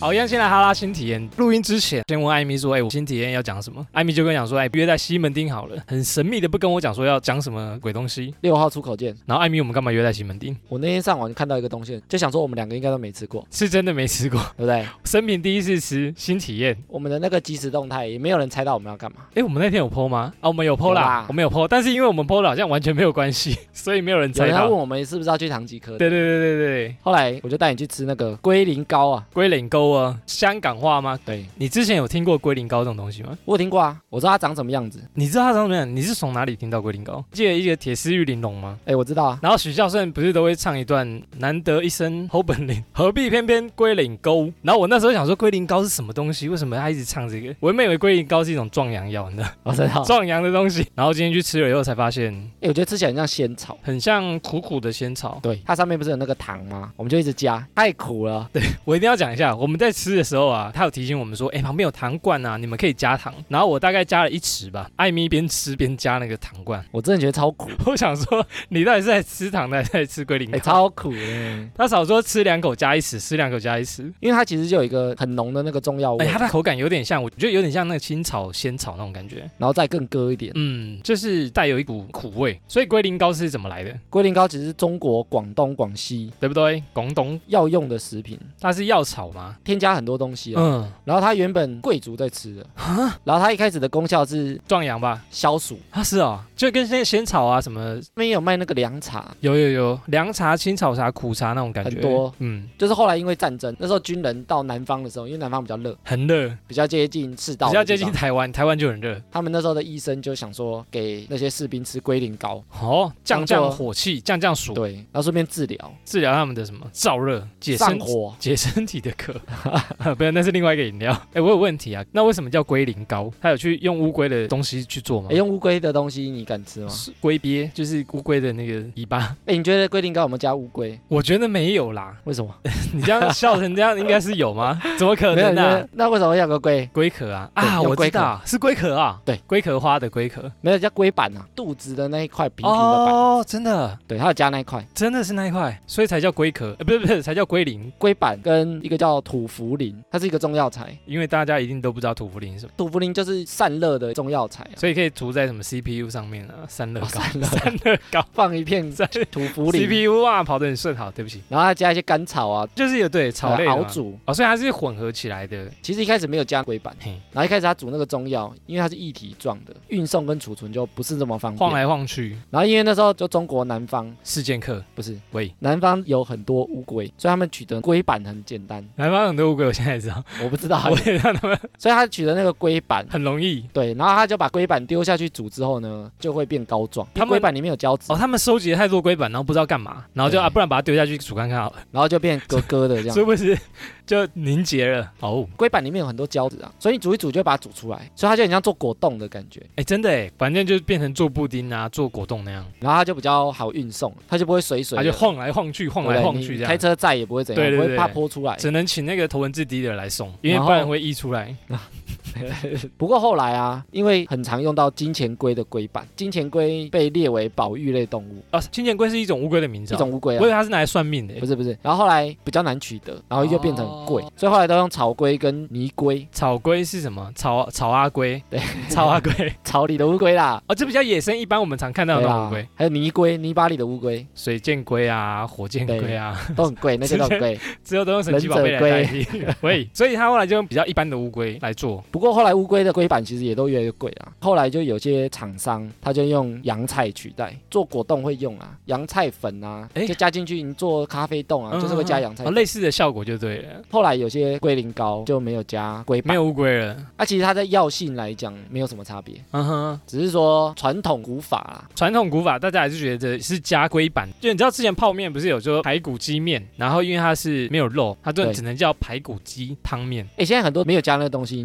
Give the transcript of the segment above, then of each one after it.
好，一样先来哈拉新体验。录音之前，先问艾米说：“我新体验要讲什么？”艾米就跟我讲说：“约在西门町好了。”很神秘的不跟我讲说要讲什么鬼东西。 6号出口见。 然后艾米，我们干嘛约在西门町？ 我那天上网看到一个东西，就想说我们2个应该都没吃过， 是真的没吃过， 对不对？ 生平第一次吃新体验。 我们的那个即时动态也没有人猜到我们要干嘛。 我们那天有 po 吗？我们有 po 啦，我们有 po， 但是因为我们 po 的好像完全没有关系，所以没有人猜到。 有人问我们是不是要去唐吉诃德？ 对。 后来我就带你去吃那个龟苓膏啊。 龟苓膏啊，香港话吗？ 对。 你之前有听过龟苓膏这种东西吗？ 我有听过啊，我知道它长什么样子。 你知道它长什么样？你是从哪里听到龟苓膏？记得一个铁丝玉玲珑吗？ 我知道啊。 然后许孝顺不是都会唱一段难得一身好本领，何必偏偏龟苓膏？然后我那时候想说龟苓膏是什么东西？为什么他一直唱这个？我原本以为龟苓膏是一种壮阳药，你知道？ 我知道。 壮阳的东西。然后今天去吃了以后才发现， 我觉得吃起来很像仙草， 很像苦苦的仙草。 对，它上面不是有那个糖吗？我们就一直加，太苦了。 对，我一定要讲一下，我们在吃的时候啊，他有提醒我们说，旁边有糖罐啊，你们可以加糖。然后我大概加了1匙吧，艾米边吃边加那个糖罐， 我真的觉得超苦。 我想说，你到底是在吃糖还是在吃龟苓膏？ 超苦的。 他少说吃2口加1匙，吃2口加1匙， 因为它其实就有一个很浓的那个中药味。 它的口感有点像，我觉得有点像那个青草、仙草那种感觉， 然后再更割一点。 就是带有一股苦味。所以龟苓膏是怎么来的？ 龟苓膏其实是中国广东、广西， 对不对？广东药用的食品， 它是药草吗？ 添加很多东西啊。然后它原本贵族在吃的，然后它一开始的功效是壮阳吧， 消暑。 是哦，就跟那仙草啊什么， 那边有卖那个凉茶， 有凉茶、青草茶、苦茶那种感觉， 很多。就是后来因为战争，那时候军人到南方的时候，因为南方比较热， 很热， 比较接近赤道， 比较接近台湾，台湾就很热。 他们那时候的医生就想说，给那些士兵吃龟苓膏， 降火气，降暑， 对，然后顺便治疗他们的什么燥热、 上火、 解身体的渴。不是，那是另外一个饮料。我有问题啊，那为什么叫龟苓膏？他有去用乌龟的东西去做吗？ 用乌龟的东西你敢吃吗？ 龟鳖就是乌龟的那个尾巴。 你觉得龟苓膏有没有加乌龟？ 我觉得没有啦。 为什么？ 你这样笑成这样，应该是有吗？怎么可能啊？ 那为什么会有个龟？ 龟壳啊！我知道是龟壳啊。 对， 龟壳花的龟壳， 没有叫龟板啊，肚子的那一块平平的板。 真的。 对，它有加那一块， 真的是那一块，所以才叫龟壳。不是，才叫龟苓。 龟板跟一个叫土茯苓，它是一个中药材。 因为大家一定都不知道土茯苓是什么。 土茯苓就是散热的中药材所以可以涂在什么 CPU 上面啊？散热膏，散热膏， 放一片在土茯苓 CPU 啊，跑得很顺。好，对不起。 然后它加一些甘草啊， 就是有草类熬煮所以它是混合起来的。 其实一开始没有加龟板，然后一开始它煮那个中药，因为它是液体状的，运送跟储存就不是这么方便， 晃来晃去。 然后因为那时候就中国南方事件课不是南方有很多乌龟，所以他们取得龟板很简单。 南方很多乌龟，我现在知道， 我不知道， 我也让他们， 所以他取得那个龟板很容易。 对，然后他就把龟板丢下去煮之后呢，就会变膏状。龟板里面有胶质他们收集了太多龟板，然后不知道干嘛，然后就不然把它丢下去煮看看好了， 然后就变咯咯的这样， 是不是就凝结了？ 龟板里面有很多胶质啊，所以你煮一煮就会把它煮出来，所以它就很像做果冻的感觉。 真的反正就变成做布丁啊，做果冻那样， 然后它就比较好运送，它就不会水水的， 它就晃来晃去，晃来晃去这样。 开车载也不会怎样， 对， 不会怕泼出来， 只能请那个头文字 D 的来送，因为不然会溢出来。 不过后来啊，因为很常用到金钱龟的龟板，金钱龟被列为保育类动物。 金钱龟是一种乌龟的名字， 一种乌龟啊， 我以为它是拿来算命的。 不是，然后后来比较难取得，然后又变成很贵，所以后来都用草龟跟泥龟。 草龟是什么？草阿龟， 对， 草阿龟， 草里的乌龟啦。 这比较野生，一般我们常看到的那种乌龟。 还有泥龟，泥巴里的乌龟， 水箭龟啊，火箭龟啊， 都很贵，那些都很贵， 之后都用神奇宝贝来代替。所以他后来就用比较一般的乌龟来做。 不过后来乌龟的龟板其实也都越来越贵啊。后来就有些厂商他就用洋菜取代，做果冻会用啊，洋菜粉啊，就加进去，你做咖啡冻啊，就是会加洋菜粉， 类似的效果就对了。 后来有些龟苓膏就没有加龟板， 没有乌龟了。 其实它在药性来讲没有什么差别，只是说传统古法啦。 传统古法大家还是觉得是加龟板，就你知道之前泡面不是有说排骨鸡面，然后因为它是没有肉，它就只能叫排骨鸡汤面。 现在很多没有加那个东西，你就只能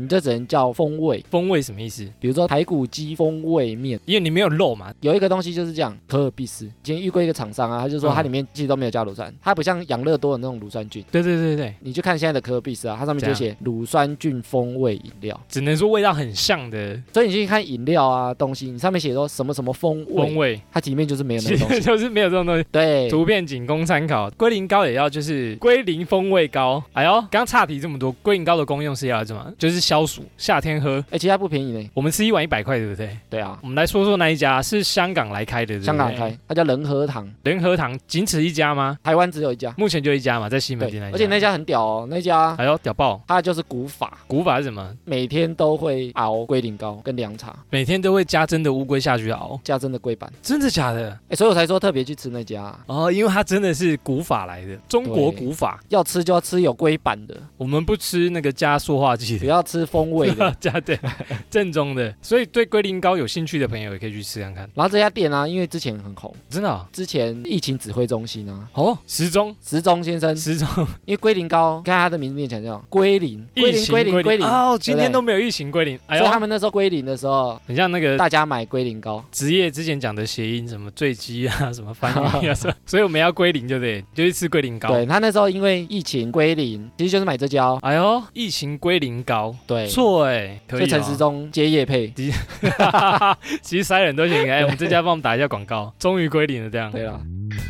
叫风味。 风味什么意思？ 比如说排骨鸡风味面， 因为你没有肉嘛。 有一个东西就是这样，可尔必斯。今天遇过一个厂商啊，他就说它里面其实都没有加乳酸，它不像养乐多的那种乳酸菌。 对对对对， 你就看现在的可尔必斯啊，它上面就写乳酸菌风味饮料， 只能说味道很像的。 所以你去看饮料啊东西，你上面写说什么什么风味，它里面就是没有那个东西， 就是没有这种东西。对，图片仅供参考。龟苓膏也要就是龟苓风味膏。哎呦，刚岔题这么多，龟苓膏的功用是要什么？就是消暑，夏天喝。 其实它不便宜呢， 我们吃一碗100块，对不对？ 对啊。 我们来说说那一家是香港来开的，对不对？ 香港开，它叫仁和堂。 仁和堂仅此一家吗？ 台湾只有一家， 目前就一家嘛，在西门町那家。 而且那家很屌哦，那家哎呦屌爆！ 它就是古法。 古法是什么？ 每天都会熬龟苓膏跟凉茶， 每天都会加真的乌龟下去熬， 加真的龟板。 真的假的？ 所以我才说特别去吃那家哦，因为它真的是古法来的，中国古法， 要吃就要吃有龟板的， 我们不吃那个加塑化剂的， 不要吃风味的， 加对正宗的。所以对龟苓膏有兴趣的朋友也可以去吃看看。 然后这家店啊，因为之前很红， 真的之前疫情指挥中心啊， 时钟先生，因为龟苓膏，看他的名字念起来叫龟苓， 龟苓哦，今天都没有疫情龟苓， 所以他们那时候龟苓的时候， 很像那个大家买龟苓膏， 职业之前讲的谐音什么坠机啊，什么翻译啊，所以我们要龟苓，对不对？就去吃龟苓膏。 对，他那时候因为疫情龟苓，其实就是买这家。 哎呦，疫情龟苓膏， 对， 错哎，可以。 陈时中接业配， 其实塞人都行。哎，我们这家帮我们打一下广告，终于归零了这样。 对了。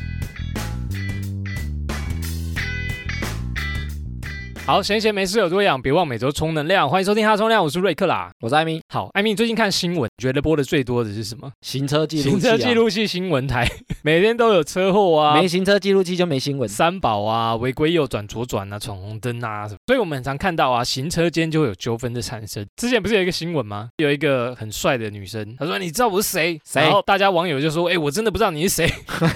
好，闲闲没事有多养，别忘每周充能量。欢迎收听哈充量，我是瑞克啦， 我是艾米。 好，艾米最近看新闻，觉得播的最多的是什么？ 行车记录器、 行车记录器新闻台，每天都有车祸啊， 没行车记录器就没新闻。 三宝啊，违规右转、左转啊，闯红灯啊什么。所以我们很常看到啊，行车间就会有纠纷的产生。之前不是有一个新闻吗？有一个很帅的女生，她说：“你知道我是谁？”然后大家网友就说：“我真的不知道你是谁。”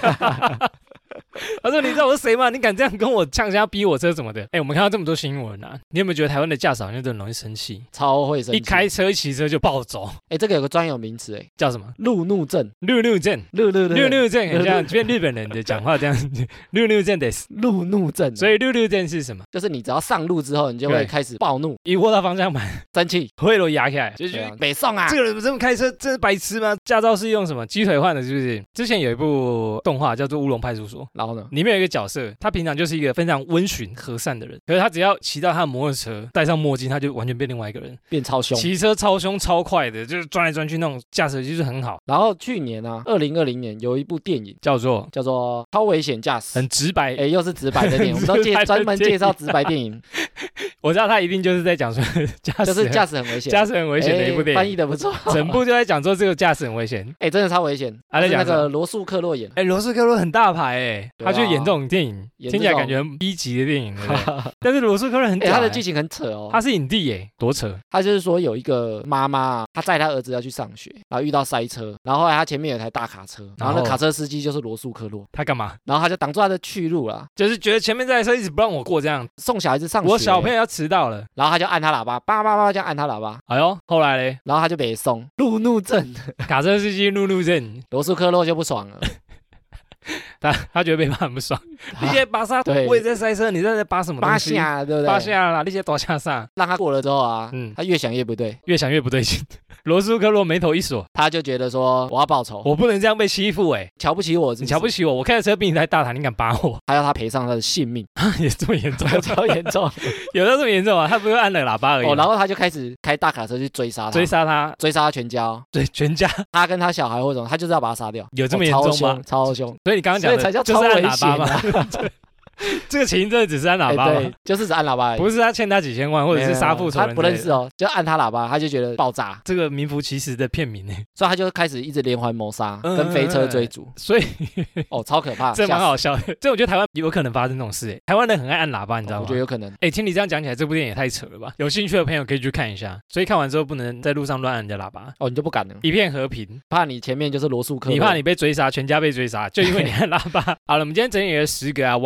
他说：“你知道我是谁吗？你敢这样跟我呛下逼我车什么的？”我们看到这么多新闻啊，你有没有觉得台湾的驾驶好像都很容易生气？ 超会生气， 一开车一骑车就暴走。 这个有个专有名词， 叫什么？ 路怒症。 路怒症，很像变日本人的讲话这样子。路怒症的路怒症， 所以路怒症是什么？ 就是你只要上路之后，你就会开始暴怒， 一握到方向盘， 生气， 会都压起来，就是北宋啊！ 这个人这么开车，真是白痴吗？驾照是用什么鸡腿换的？是不是？之前有一部动画叫做《乌龙派出所》， 然后呢， 里面有一个角色，他平常就是一个非常温驯和善的人，可是他只要骑到他的摩托车，戴上墨镜，他就完全变另外一个人， 变超凶， 骑车超凶超快的，就是钻来钻去那种驾驶技术很好。 然后去年啊，2020年有一部电影叫做 《超危险驾驶》， 很直白， 又是直白的电影，我们都专门介绍直白电影。 我知道他一定就是在讲说就是驾驶很危险， 驾驶很危险的一部电影， 翻译的不错， 整部就在讲说这个驾驶很危险， 真的超危险。是那个罗素克洛演， 罗素克洛很大牌他就演这种电影，听起来感觉很 B 级的电影，对不对？但是罗素克洛很屌， 他的剧情很扯哦， 他是影帝多扯。 他就是说有一个妈妈，她载她儿子要去上学，然后遇到塞车，然后后来他前面有台大卡车，然后那卡车司机就是罗素克洛， 他干嘛？ 然后他就挡住他的去路了， 就是觉得前面这台车一直不让我过，这样送小孩子上学， 我小朋友要迟到了， 然后他就按他喇叭，叭叭叭这样按他喇叭。 哎呦，后来嘞， 然后他就被送，路怒症， 卡车司机路怒症， 罗素克洛就不爽了。 他觉得被骂很不爽，你些巴萨，我也在塞车，你在扒什么东西？ 扒下，对不对？ 扒下啦，那些多下上， 让他过了之后啊，他越想越不对， 越想越不对劲。罗素克洛眉头一锁， 他就觉得说我要报仇， 我不能这样被欺负瞧不起我， 你瞧不起我，我开的车比你还大台，你敢扒我？ 还要他赔上他的性命， 也这么严重？ 超严重， 有到这么严重啊？他不是按了喇叭而已。 然后他就开始开大卡车去追杀他，追杀他全家， 对，全家， 他跟他小孩或者他就是要把他杀掉， 有这么严重吗？ 超凶， 所以你刚刚讲的才叫超危险嘛。这个情真的只是按喇叭吗？ 对，就是只按喇叭而已， 不是他欠他几千万，或者是杀父仇人， 他不认识就按他喇叭，他就觉得爆炸， 这个名副其实的片名所以他就开始一直连环谋杀，跟飞车追逐， 所以超可怕， 这蛮好笑的。这我觉得台湾有可能发生这种事台湾人很爱按喇叭，你知道吗？ 我觉得有可能。 听你这样讲起来，这部电影也太扯了吧？有兴趣的朋友可以去看一下。所以看完之后不能在路上乱按人家喇叭你就不敢了， 一片和平， 怕你前面就是罗素克洛， 你怕你被追杀，全家被追杀，就因为你按喇叭。好了，我们今天整理了10个网友最讨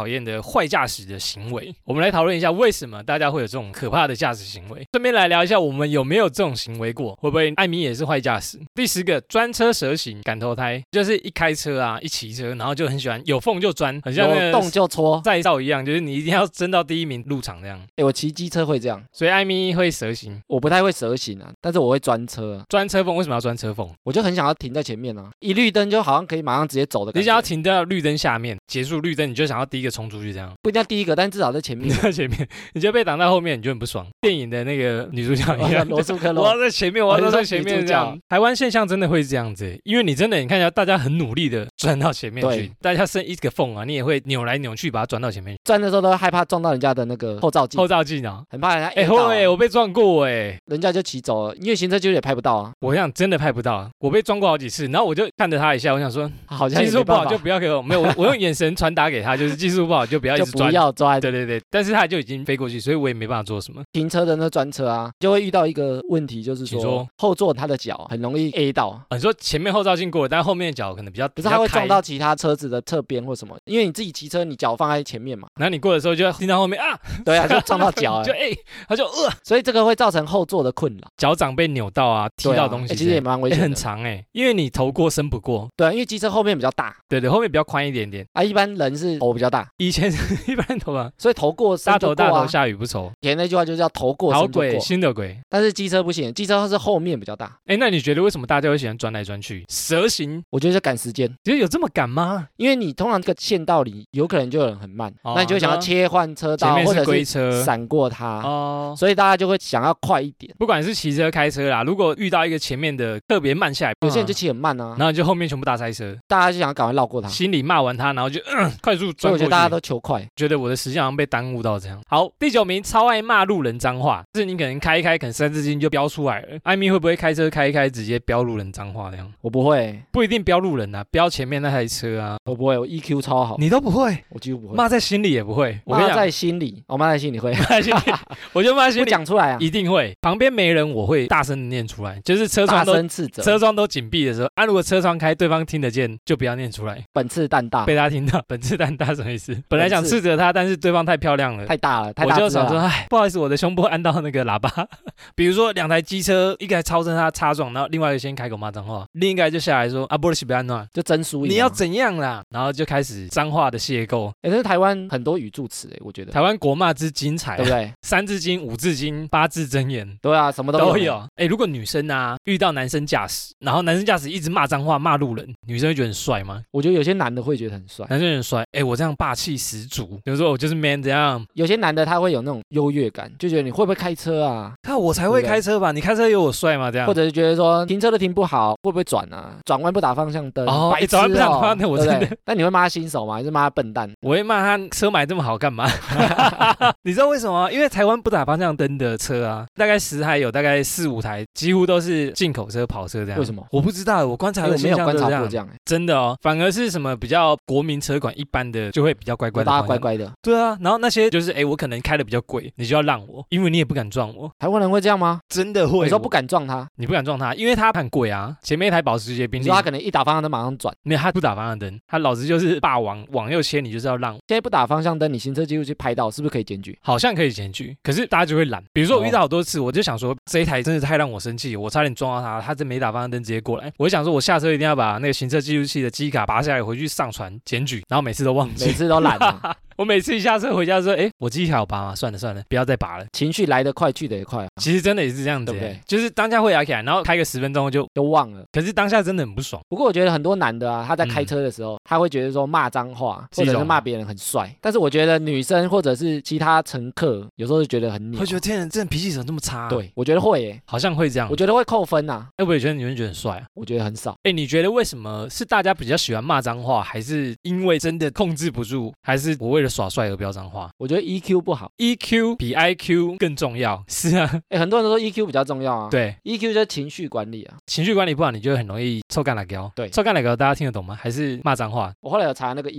讨厌的坏驾驶的行为。我们来讨论一下为什么大家会有这种可怕的驾驶行为，顺便来聊一下我们有没有这种行为过，会不会艾米也是坏驾驶。第10个，专车蛇行赶投胎，就是一开车啊一骑车，然后就很喜欢有缝就钻，很像那个有洞就戳赛道一样，就是你一定要争到第1名入场这样。 我骑机车会这样， 所以艾米会蛇行。 我不太会蛇行啊，但是我会专车啊。 钻车缝为什么要钻车缝？ 我就很想要停在前面啊，一绿灯就好像可以马上直接走的感觉。 你想要停到绿灯下面，结束绿灯，你就想要第一个冲出去，这样不一定要第一个，但至少在前面。 在前面，你就被挡在后面，你就很不爽。电影的那个女主角一样， 罗素克洛， 我要在前面，我要在前面这样。台湾现象真的会这样子，因为你真的，你看一下，大家很努力的钻到前面去，大家剩一个缝啊，你也会扭来扭去把它钻到前面去。 钻的时候都会害怕撞到人家的那个后照镜， 后照镜啊， 很怕人家会，我被撞过人家就骑走了，因为行车记录也拍不到啊。 我想真的拍不到，我被撞过好几次，然后我就看着他一下，我想说， 好像技术不好就不要给我，没有，我用眼神传达给他，就是技术不好就不要一直钻， 不要钻。 对对对，但是他就已经飞过去，所以我也没办法做什么。 停车的那专车啊，就会遇到一个问题，就是说后座他的脚很容易 A 到。 你说前面后照镜过了，但后面的脚可能比较， 不是他会撞到其他车子的侧边或什么，因为你自己骑车，你脚放在前面嘛， 然后你过的时候就要听到后面啊， 对啊，就撞到脚， 就他就所以这个会造成后座的困扰， 脚掌被扭到啊，踢到东西， 其实也蛮危险的， 很长因为你头过身不过， 对，因为机车后面比较大， 对，后面比较宽一点点啊，一般人是头比较大， 以前是一般人头啊， 所以头过身就过大头下雨不愁， 以前那句话就叫头过身就过， 好鬼新的鬼， 但是机车不行，机车是后面比较大。 那你觉得为什么大家会喜欢钻来钻去蛇行？ 我觉得是赶时间， 觉得有这么赶吗？ 因为你通常这个线道里有可能就有人很慢，那你就会想要切换车道，或者是闪过他，所以大家就会想要快一点。 不管是骑车开车啦，如果遇到一个前面的特别慢下来， 有些人就骑很慢啊， 然后就后面全部大塞车， 大家就想要赶快绕过他， 心里骂完他，然后就快速钻过去。 所以我觉得大家都求快， 觉得我的时间好像被耽误到这样。好，第9名，超爱骂路人脏话，就是你可能开一开，可能3字经就飙出来了。艾米会不会开车开一开直接飙路人脏话那样？ 我不会， 不一定飙路人啊，飙前面那台车啊， 我不会，我 EQ 超好。 你都不会？ 我几乎不会。 骂在心里也不会。 骂在心里，骂在心里会。 骂在心里，我就骂在心里， 不讲出来啊， 一定会。旁边没人，我会大声的念出来，就是车窗都紧闭的时候啊，如果车窗开，对方听得见，就不要念出来。 本次蛋大， 被他听到，本次蛋大什么意思？本来想斥责他，但是对方太漂亮了， 太大了，太大， 我就想说，不好意思，我的胸部按到那个喇叭。比如说2台机车，一个超车他擦撞，然后另外一个先开口骂脏话，另一个就下来说啊，不是不要弄， 就真输赢， 你要怎样啦？然后就开始脏话的邂逅。 但是台湾很多语助词我觉得台湾国骂之精彩， 对不对 ？3字经、5字经、8字真言， 对啊，什么都有。如果女生啊遇到男生驾驶，然后男生驾驶一直骂脏话、骂路人，女生会觉得很帅吗？ 我觉得有些男的会觉得很帅， 男生很帅。我这样霸气十足，比如说我就是 man 这样。 有些男的他会有那种优越感，就觉得你会不会开车啊？ 看我才会开车吧？你开车有我帅吗？这样， 或者是觉得说停车都停不好，会不会转啊？转弯不打方向灯，白痴转弯不打方向灯，我真的。 那你会骂他新手吗？还是骂他笨蛋？ 我会骂他车买这么好干嘛？你知道为什么吗？因为台湾不打方向灯的车啊，大概10台有大概4、5台，几乎都是进口车、跑车这样。 为什么？ 我不知道，我观察的现象都是这样。真的哦，反而是什么比较国民车款一般的就会比较乖乖的， 大家乖乖的。 对啊，然后那些就是我可能开的比较贵，你就要让我，因为你也不敢撞我。 台湾人会这样吗？ 真的会。 你说不敢撞他， 你不敢撞他，因为他很贵啊。前面一台保时捷宾利， 他可能一打方向灯马上转， 没有，他不打方向灯，他老子就是霸王，往右切你就是要让。 现在不打方向灯，你行车记录器拍到是不是可以检举？ 好像可以检举，可是大家就会懒。比如说我遇到好多次，我就想说这一台真的太让我生气，我差点撞到他，他真没打方向灯直接过来。我就想说我下车一定要把那个行车记录器的机卡拔下来回去上传检举，然后每次都忘记， 每次都懒了。 我每次一下车回家说，我机卡有拔吗？算了，不要再拔了。 情绪来得快，去得也快。 其实真的也是这样子，对不对？就是当下会摇起来，然后开个10分钟就忘了。 可是当下真的很不爽。 不过我觉得很多男的啊，他在开车的时候，他会觉得说骂脏话，或者是骂别人很帅。但是我觉得女生或者是其他乘客，有时候就觉得很鸟， 会觉得天人这人脾气怎么这么差？ 对，我觉得会好像会这样。 我觉得会扣分啊。 我也觉得女生觉得很帅啊。 我觉得很少。 你觉得为什么是大家比较喜欢骂脏话，还是因为真的控制不住，还是我为了耍帅而飙脏话？ 我觉得 EQ 不好 ，EQ 比 IQ 更重要。是啊， 很多人都说 EQ 比较重要啊。 对 ，EQ 就是情绪管理啊。 情绪管理不好，你就会很容易臭干辣椒。 对， 臭干辣椒大家听得懂吗？还是骂脏话？ 我后来有查那个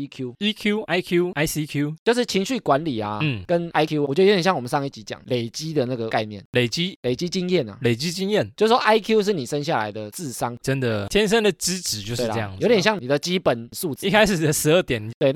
EQ、IQ、ICQ， 就是情绪管理啊。跟 IQ， 我觉得有点像我们上一集讲累积的那个概念。累积经验啊。 累积经验， 就是说 IQ 是你生下来的智商， 真的天生的资质就是这样， 有点像你的基本素质。 一开始的12点， 对，但 EQ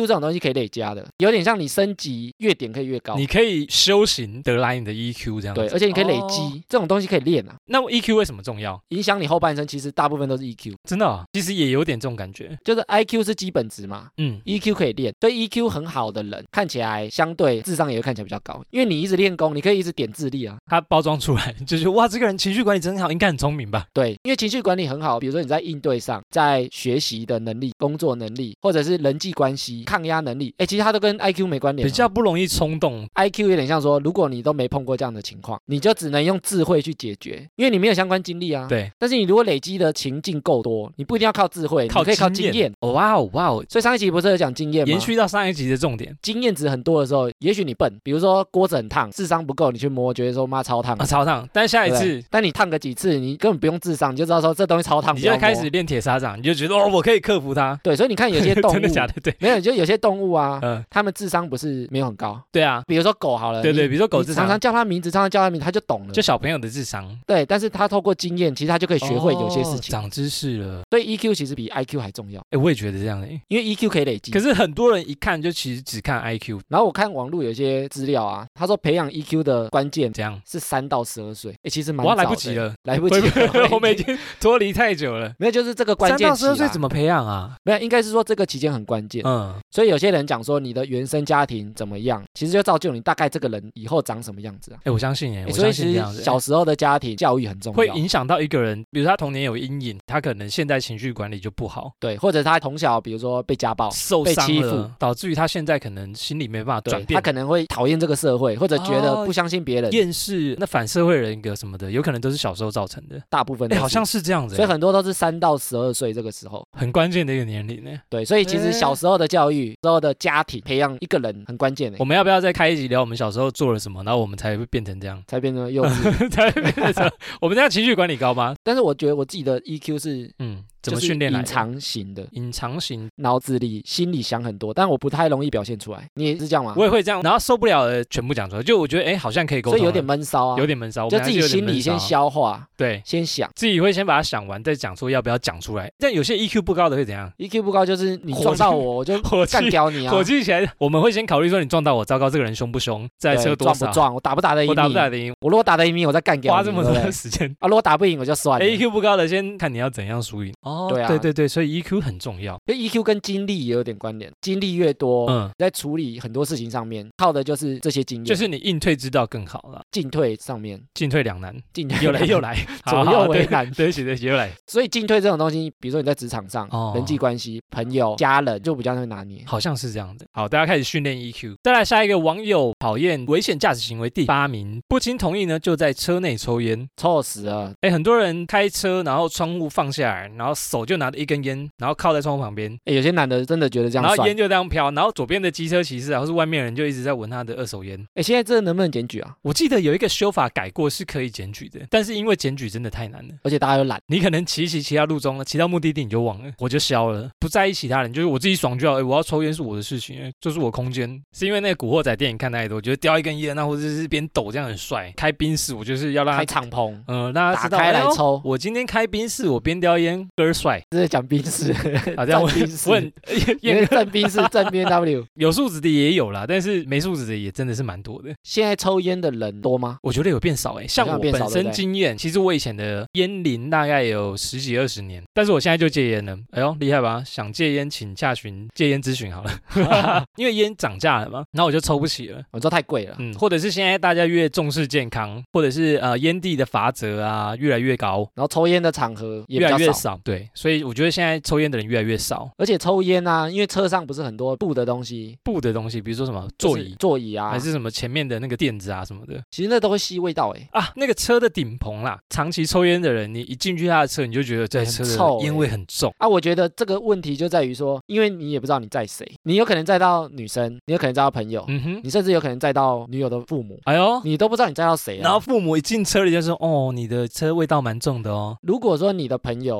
这种东西可以累加的，有点像你升级越点可以越高， 你可以修行得来你的 EQ 这样子。 对，而且你可以累积，这种东西可以练啊。 那 EQ 为什么重要？ 影响你后半生其实大部分都是 EQ， 真的其实也有点这种感觉， 就是 IQ 是基本值嘛，EQ 可以练，所以 EQ 很好的人看起来相对智商也会看起来比较高，因为你一直练功，你可以一直点智力啊。 他包装出来就是哇，这个人情绪管理真好，应该很聪明吧？ 对，因为情绪管理很好，比如说你在应对上，在学习的能力、工作能力，或者是人际关系、抗压能力，其实它都跟 IQ 没关联， 比较不容易冲动。 IQ 有点像说，如果你都没碰过这样的情况，你就只能用智慧去解决，因为你没有相关经历啊。 对。 但是你如果累积的情境够多，你不一定要靠智慧，你可以靠经验。 哇哦哇哦！ 所以上一集不是有讲经验吗？ 延续到上一集的重点， 经验值很多的时候，也许你笨，比如说锅子很烫，智商不够，你去摸，觉得说妈超烫超烫。但下一次， 但你烫个几次，你根本不用智商，你就知道说这东西超烫， 你就开始练铁砂掌，你就觉得我可以克服它。 对，所以你看有些动物真的假的？对， 没有，就有些动物啊，他们智商不是没有很高。 对啊， 比如说狗好了， 对，比如说狗智商， 常常叫它名字，它就懂了， 就小朋友的智商。 对，但是他透过经验，其实他就可以学会有些事情， 长知识了。 所以 EQ 其实比 IQ 还重要。 我也觉得这样因为 EQ 可以累积。 可是很多人一看就其实只看 IQ。 然后我看网络有些资料啊，他说培养 EQ 的关键这样是 3到12岁。其实蛮早的。 来不及了， 来不及了， 我们已经脱离太久了。 没有，就是这个关键期 3到12岁怎么培养啊？ 没有，应该是说这个期间很关键。所以有些人讲说你的原生家庭怎么样，其实就造就你大概这个人以后长什么样子啊。 我相信所以其实小时候的家庭教育很重要， 会影响到一个人，比如他童年有阴影，他可能现在情绪管理就不好。 对，或者他从小比如说被家暴、 受伤被欺负， 导致于他现在可能心里没办法转变， 他可能会讨厌这个社会，或者觉得不相信别人， 厌世，那反社会人格什么的，有可能都是小时候造成的， 大部分好像是这样子。 所以很多都是3到12岁这个时候， 很关键的一个年龄呢。 对，所以其实小时候的教育、之后的家庭培养一个人很关键。 我们要不要再开一集聊我们小时候做了什么，然后我们才会变成这样， 才变成幼稚， 才变成我们这样情绪管理高吗？ 但是我觉得我自己的 EQ 是怎么训练来的？ 隐藏型的， 隐藏型， 脑子里心里想很多，但我不太容易表现出来。你也是这样吗？ 我也会这样，然后受不了的全部讲出来，就我觉得好像可以沟通， 所以有点闷骚啊， 有点闷骚， 就自己心里先消化， 对， 先想， 自己会先把它想完，再讲说要不要讲出来。但有些 EQ 不高的会怎样 ？EQ 不高就是你撞到我就干掉你啊！ 火气起来，我们会先考虑说你撞到我，糟糕，这个人凶不凶，这台车多少， 撞不撞，我打不打得赢你？ 我打不打得赢？ 我如果打得赢你，我再干掉你， 花这么多的时间啊！如果打不赢我就算了。 EQ 不高的先看你要怎样输赢。 对啊， 对，所以 EQ 很重要。 EQ 跟精力也有点关联，精力越多，在处理很多事情上面靠的就是这些经验， 就是你应退之道更好了。 进退上面， 进退两难， 又来，左右为难， 对不起，又来。 所以进退这种东西，比如说你在职场上，人际关系、朋友、家人，就比较会拿捏， 好像是这样的。好，大家开始训练 EQ。再来下一个网友讨厌危险驾驶行为第8名，不经同意呢就在车内抽烟， 臭死了。 很多人开车，然后窗户放下来，然后手就拿着一根烟，然后靠在窗户旁边。 有些男的真的觉得这样然后烟就这样飘，然后左边的机车骑士或是外面人就一直在闻他的2手烟。 现在这能不能检举啊？ 我记得有一个修法改过是可以检举的，但是因为检举真的太难了， 而且大家又懒， 你可能骑到路中了，骑到目的地你就忘了，我就消了，不在意其他人，就是我自己爽就好。我要抽烟是我的事情，就是我空间。是因为那个古惑仔电影看太多，我觉得叼一根烟，那或者是边抖这样很帅。开宾士我就是要让他开敞篷， 让他知道打开来抽。 我今天开宾士，我边叼烟哥帅。 这是讲宾士， 这样我很正宾士正 BMW 有素质的也有啦，但是没素质的也真的是蛮多的。 现在抽烟的人多吗？ 我觉得有变少像我本身经验，其实我以前的烟龄大概有10几20年，但是我现在就戒烟了。厉害吧？想戒烟请洽询戒烟咨询好了，因为烟涨价了嘛，然后我就抽不起了。 我说太贵了， 或者是现在大家越重视健康，或者是烟蒂的罚则啊越来越高， 然后抽烟的场合也越来越少。对，所以我觉得现在抽烟的人越来越少， 而且抽烟啊，因为车上不是很多布的东西， 比如说什么座椅啊，还是什么前面的那个垫子啊什么的， 其实那都会吸味道那个车的顶棚啦，长期抽烟的人，你一进去他的车，你就觉得这车的烟味很重我觉得这个问题就在于说，因为你也不知道你载谁，你有可能载到女生，你有可能载到朋友，你甚至有可能载到女友的父母，你都不知道你载到谁然后父母一进车里就说，你的车味道蛮重的哦。 如果说你的朋友或者你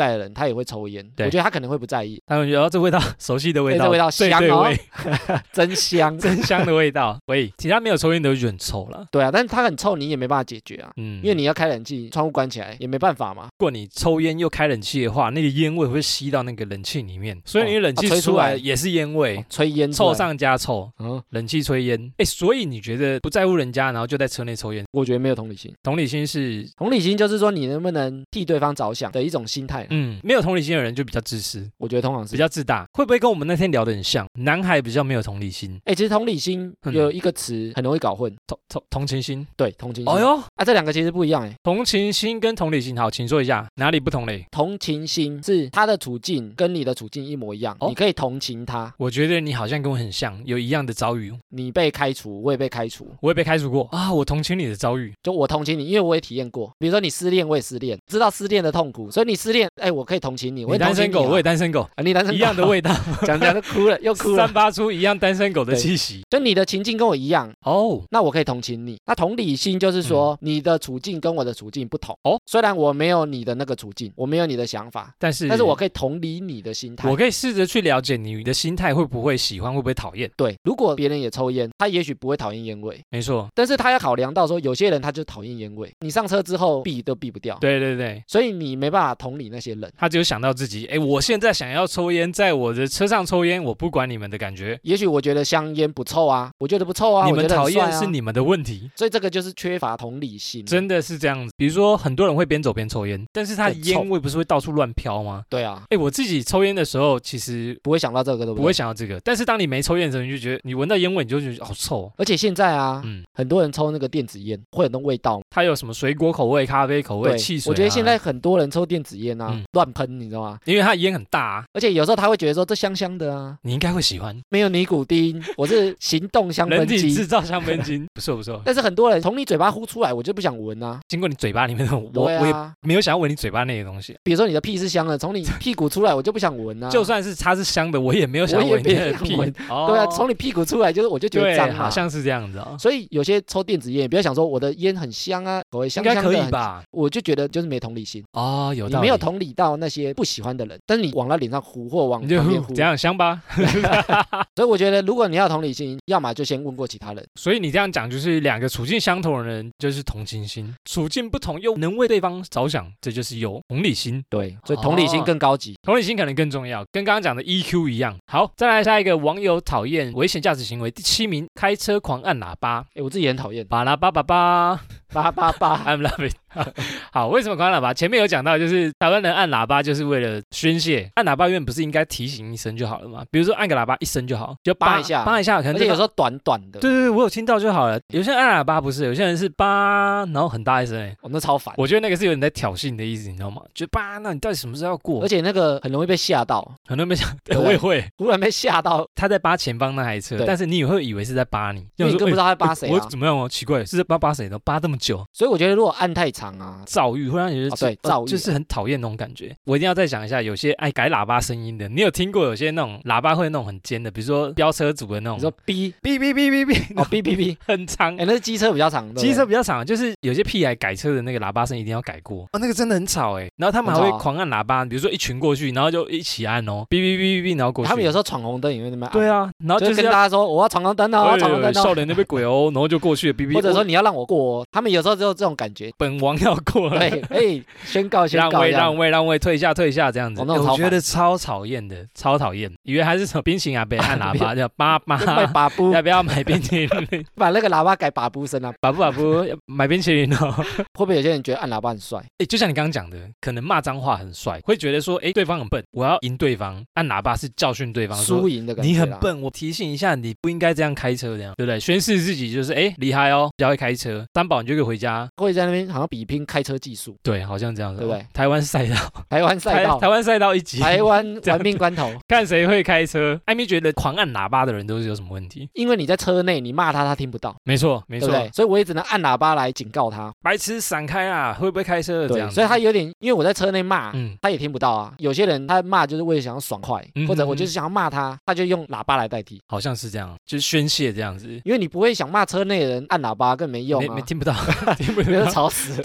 在的人，他也会抽烟，我觉得他可能会不在意， 他们觉得这味道熟悉的味道， 这味道香哦，真香真香的味道。喂，其他没有抽烟的就觉得很臭了。 对啊，但是它很臭，你也没办法解决啊，因为你要开冷气，窗户关起来也没办法嘛。 如果你抽烟又开冷气的话，那个烟味会吸到那个冷气里面，所以你冷气吹出来也是烟味， 吹烟臭上加臭。冷气吹烟，所以你觉得不在乎人家，然后就在车内抽烟？ 我觉得没有同理心。 同理心就是说你能不能替对方着想的一种心态。 没有同理心的人就比较自私， 我觉得通常是比较自大。会不会跟我们那天聊的很像？男孩比较没有同理心。 其实同理心有一个词很容易搞混， 同情心。 对，同情心。 哦哟， 这两个其实不一样。 同情心跟同理心，好，请说一下哪里不同嘞？ 同情心是他的处境跟你的处境一模一样，你可以同情他。 我觉得你好像跟我很像，有一样的遭遇。 你被开除，我也被开除， 我也被开除过啊！我同情你的遭遇， 就我同情你，因为我也体验过。比如说你失恋，我也失恋，知道失恋的痛苦，所以你失恋，我可以同情你。 你单身狗，我也单身狗， 你单身狗一样的味道， 讲就哭了，又哭了， 散发出一样单身狗的气息。 就你的情境跟我一样那我可以同情你。那同理心就是说，你的处境跟我的处境不同虽然我没有你的那个处境，我没有你的想法，但是我可以同理你的心态， 我可以试着去了解你的心态，会不会喜欢，会不会讨厌。 对，如果别人也抽烟，他也许不会讨厌烟味， 没错， 但是他要考量到说，有些人他就讨厌烟味，你上车之后避都避不掉。 对对对， 所以你没办法同理那些人， 他只有想到自己，我现在想要抽烟，在我的车上抽烟，我不管你们的感觉。 也许我觉得香烟不臭啊，我觉得不臭啊， 你们讨厌是你们的问题。 所以这个就是缺乏同理心， 真的是这样子。比如说很多人会边走边抽烟，但是他烟味不是会到处乱飘吗？ 对啊， 我自己抽烟的时候其实不会想到这个，对不对？ 不会想到这个，但是当你没抽烟的时候，你就觉得你闻到烟味，你就觉得好臭。 而且现在啊，很多人抽那个电子烟会有那种味道， 它有什么水果口味、咖啡口味、汽水。 我觉得现在很多人抽电子烟啊，乱喷，你知道吗？ 因为它烟很大而且有时候他会觉得说这香香的啊， 你应该会喜欢。 没有尼古丁，我是行动香氛机， 人体制造香氛机，不错不错。 但是很多人从你嘴巴呼出来，我就不想闻啊。 经过你嘴巴里面的，我也没有想要闻你嘴巴那些东西。 比如说你的屁是香的，从你屁股出来，我就不想闻啊。 就算是它是香的，我也没有想要闻你的屁。 对啊，从你屁股出来我就觉得脏好像是这样子所以有些抽电子烟，不要想说我的烟很香啊，口味香香的， 应该可以吧？ 我就觉得就是没同理心有道理， 你没有同理到那些不喜欢的人，但是你往他脸上呼或往旁边呼， 这样香吧？ 所以我觉得如果你要同理心，要么就先问过其他人。 所以你这样讲，就是两个处境相同的人就是同情心，处境不同又能为对方着想，这就是有同理心。 对，所以同理心更高级， 同理心可能更重要，跟刚刚讲的 EQ 一样。好，再来下一个网友讨厌危险驾驶行为第7名，开车狂按喇叭。 我自己很讨厌， 巴拉巴巴巴巴巴巴 ，I'm loving 好，为什么狂按喇叭？前面有讲到，就是台湾人按喇叭就是为了宣泄。按喇叭原本不是应该提醒一声就好了吗？比如说按个喇叭1声就好，就叭一下，可能。 而且有时候短短的。 对，我有听到就好了。有些人按喇叭不是，有些人是叭，然后很大一声那超烦。 我觉得那个是有点在挑衅的意思，你知道吗？就叭，那你到底什么时候要过？ 而且那个很容易被吓到， 很容易被吓。我也会突然被吓到， 他在扒前方那台车，但是你也会以为是在扒你， 因为你更不知道他在扒谁。 我怎么样奇怪，是在扒谁的？扒这么久。 所以我觉得如果按太长啊， 躁郁会让你觉得对躁郁就是很讨厌那种感觉。我一定要再讲一下，有些爱改喇叭声音的，你有听过有些那种喇叭会那种很尖的，比如说飙车族的那种， 你说哔哔哔哔哔哔， 哔哔哔很长。 那是机车比较长， 机车比较长，就是有些屁孩改车的那个喇叭声一定要改过那个真的很吵然后他们还会狂按喇叭，比如说一群过去，然后就一起按哔哔哔哔哔，然后过去。 他们有时候闯红灯也会那么按。 对啊，然后就是跟大家说我要闯红灯哦，闯红灯少年那边鬼然后就过去了哔哔。 或者说你要让我过他们有时候就有这种感觉， 本王要过了。 对，宣告让位，退下这样子。我觉得超讨厌的，超讨厌。以为还是什么冰淇淋啊，被按喇叭叫爸要不要买冰淇淋？ 把那个喇叭改把布声啊， 把布买冰淇淋哦。 会不会有些人觉得按喇叭很帅？ 就像你刚刚讲的，可能骂脏话很帅，会觉得说对方很笨，我要赢对方，按喇叭是教训对方， 输赢的感觉。 你很笨，我提醒一下，你不应该这样开车，这样对不对？宣示自己就是厉害哦，比较会开车，担保你就可以回家。 会在那边好像比拼开车技术， 对，好像这样子， 对不对？ 台湾赛道一集， 台湾玩命关头， 看谁会开车。艾米觉得狂按喇叭的人都是有什么问题？ 因为你在车内，你骂他，他听不到。 没错， 对不对？所以我也只能按喇叭来警告他， 白痴闪开啊，会不会开车这样？ 所以他有点，因为我在车内骂，他也听不到啊。有些人他骂就是为了想要爽快，或者我就是想要骂他，他就用喇叭来代替， 好像是这样，就是宣泄这样子。 因为你不会想骂车内的人按喇叭，更没用啊， 没听不到， 没有吵死。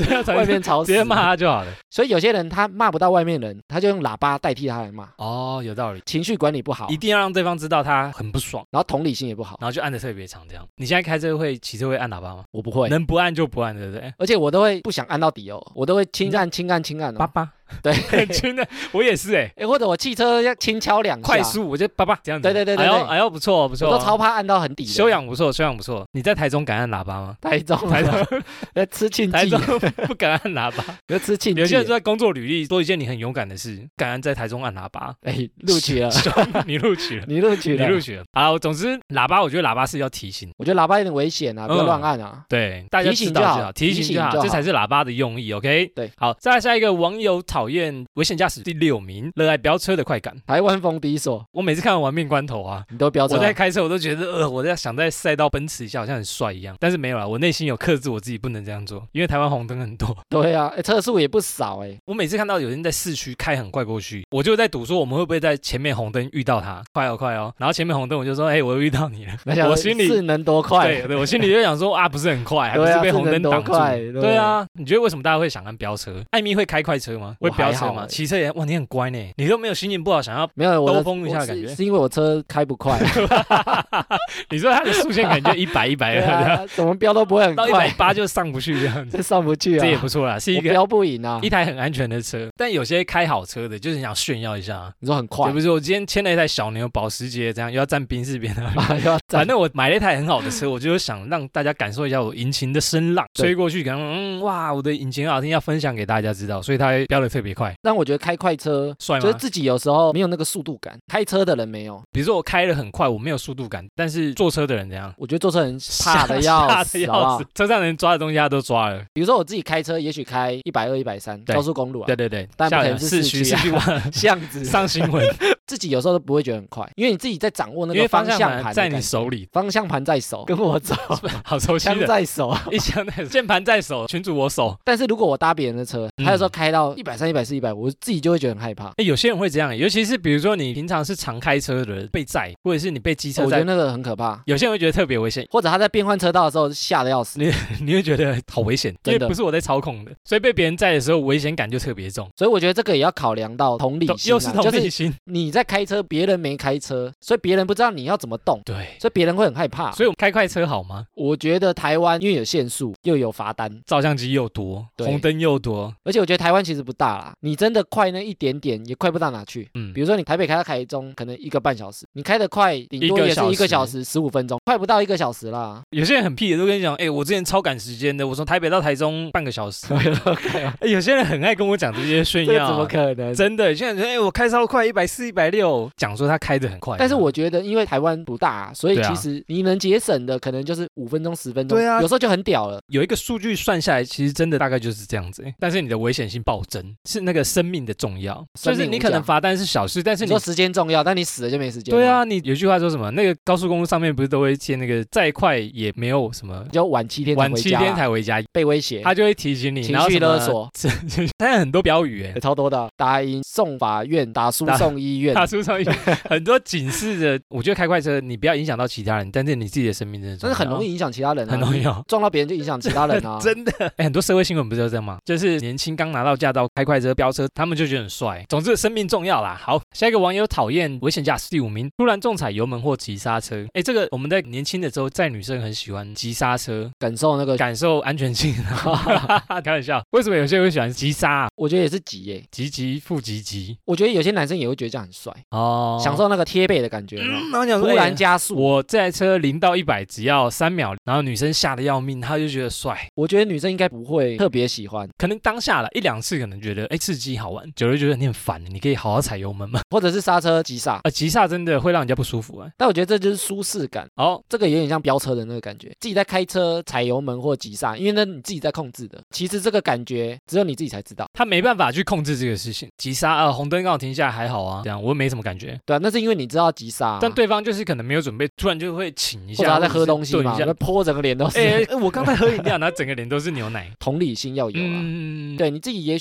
外面吵死， 直接骂他就好了。 所以有些人他骂不到外面人，他就用喇叭代替他来骂。 哦，有道理， 情绪管理不好， 一定要让对方知道他很不爽， 然后同理心也不好， 然后就按得特别长这样。你现在开车骑车会按喇叭吗？ 我不会， 能不按就不按，对不对？ 而且我都会不想按到底哦，我都会轻按哦。 叭叭。 对， 很轻的，我也是或者我汽车要轻敲2下， 快速我就叭叭这样子。 对， 哎呦不错， 我都超怕按到很底的。 修养不错。你在台中敢按喇叭吗？ 台中吃庆记， 台中不敢按喇叭， 要吃庆记。 有些人在工作履历做一件你很勇敢的事，敢按在台中按喇叭。 录取了， 你录取了。好，总之喇叭，我觉得喇叭是要提醒， 我觉得喇叭有点危险啊，不要乱按啊。 对，大家知道就好，提醒就好，这才是喇叭的用意。OK， 对， 好，再来下一个网友讨厌危险驾驶第6名，热爱飙车的快感。 台湾封第一所， 我每次看完玩命关头啊， 你都飙车， 我在开车我都觉得我在想在赛道奔驰一下好像很帅一样，但是没有啦，我内心有克制我自己不能这样做，因为台湾红灯很多。 对啊，车速也不少我每次看到有人在市区开很快过去，我就在赌说我们会不会在前面红灯遇到他，快哦，然后前面红灯我就说我又遇到你了，我心里是能多快？ 对，我心里就想说不是很快，还不是被红灯挡住。对啊，你觉得为什么大家会想按飙车？艾米会开快车吗？会飙车吗？骑车也哇，你很乖呢，你都没有心情不好想要兜风一下的感觉？ 是因为我车开不快。 你说他的速限感觉100， 怎么飙都不会很快， 到180就上不去这样子， 上不去啊， 这也不错啦，是一个飙不赢啊， 一台很安全的车。但有些开好车的，就是想炫耀一下， 你说很快， 比如说我今天牵了一台小牛保时捷，这样又要占宾士边的，反正我买了一台很好的车，我就想让大家感受一下我引擎的声浪，吹过去，可能哇，我的引擎很好听，要分享给大家知道，所以它会飙得特别快。 但我觉得开快车帅吗？ 就是自己有时候没有那个速度感，开车的人没有。 比如说我开得很快，我没有速度感，但是坐车的人怎样？ 我觉得坐车人怕的要死， 车上人抓的东西他都抓了。 比如说我自己开车，也许开120、130高速公路啊， 对， 但不可能是市区巷子上新闻。 自己有时候都不会觉得很快，因为你自己在掌握那个方向盘在你手里， 方向盘在手，跟我走， 好熟悉的， 枪在手， 一枪在手，键盘在手，群主我手。 但是如果我搭别人的车，他有时候开到130、140、150，我自己就会觉得很害怕。 有些人会这样，尤其是比如说你平常是常开车的人被载，或者是你被机车载， 我觉得那个很可怕。 有些人会觉得特别危险， 或者他在变换车道的时候吓得要死， 你会觉得好危险，因为不是我在操控的，所以被别人载的时候危险感就特别重。 所以我觉得这个也要考量到同理心， 又是同理心， 就是你在开车，别人没开车，所以别人不知道你要怎么动， 对， 所以别人会很害怕。 所以我们开快车好吗？ 我觉得台湾因为有限速，又有罚单， 照相机又多，红灯又多， 而且我觉得台湾其实不大啦，你真的快那一点点也快不到哪去。比如说你台北开到台中，可能1个半小时，你开得快，顶多也是1个小时15分钟，快不到1个小时啦。 有些人很屁的都跟你讲，我之前超赶时间的，我从台北到台中半个小时。有些人很爱跟我讲这些炫耀， 怎么可能？ 真的，现在说我开超快140、160，讲说他开得很快。 但是我觉得，因为台湾不大，所以其实你能节省的可能就是5分钟、10分钟，对啊，有时候就很屌了。 有一个数据算下来，其实真的大概就是这样子。但是你的危险性暴增，是那个生命的重要，就是你可能罚单是小事，但是你说时间重要，但你死了就没时间。 对啊，你有句话说什么？那个高速公路上面不是都会贴那个再快也没有什么， 就晚7天才回家，被威胁， 他就会提醒你， 情绪勒索。 现在很多标语超多的，打赢送法院，打输送医院， 打输送医院，很多警示的。我觉得开快车，你不要影响到其他人，但是你自己的生命真的重要， 但是很容易影响其他人， 很容易撞到别人就影响其他人啊， 真的。很多社会新闻不是都这样吗？就是年轻刚拿到驾照开快车飙车，他们就觉得很帅。总之生命重要啦。好，下一个网友讨厌危险驾驶第5名，突然重踩油门或急刹车。这个我们在年轻的时候载女生很喜欢急刹车， 感受安全性。开玩笑，为什么有些人会喜欢急刹？ 我觉得也是急耶， 急复急。 我觉得有些男生也会觉得这样很帅哦， 享受那个贴背的感觉，突然加速。 我这台车0到100只要3秒，然后女生吓得要命，她就觉得帅。 我觉得女生应该不会特别喜欢， 可能当下了1-2次可能觉得刺激好玩，久了就觉得你很烦，你可以好好踩油门吗？ 或者是刹车急刹， 急刹真的会让人家不舒服啊。 但我觉得这就是舒适感。这个有点像飙车的那个感觉，自己在开车踩油门或急刹，因为那你自己在控制的。其实这个感觉只有你自己才知道， 他没办法去控制这个事情。急刹红灯刚好停下来还好啊，这样我没什么感觉。 对啊，那是因为你知道急刹， 但对方就是可能没有准备，突然就会请一下， 或者他在喝东西嘛，泼整个脸都是。 我刚才喝饮料，然后整个脸都是牛奶。 同理心要有啊。对，你自己也许不会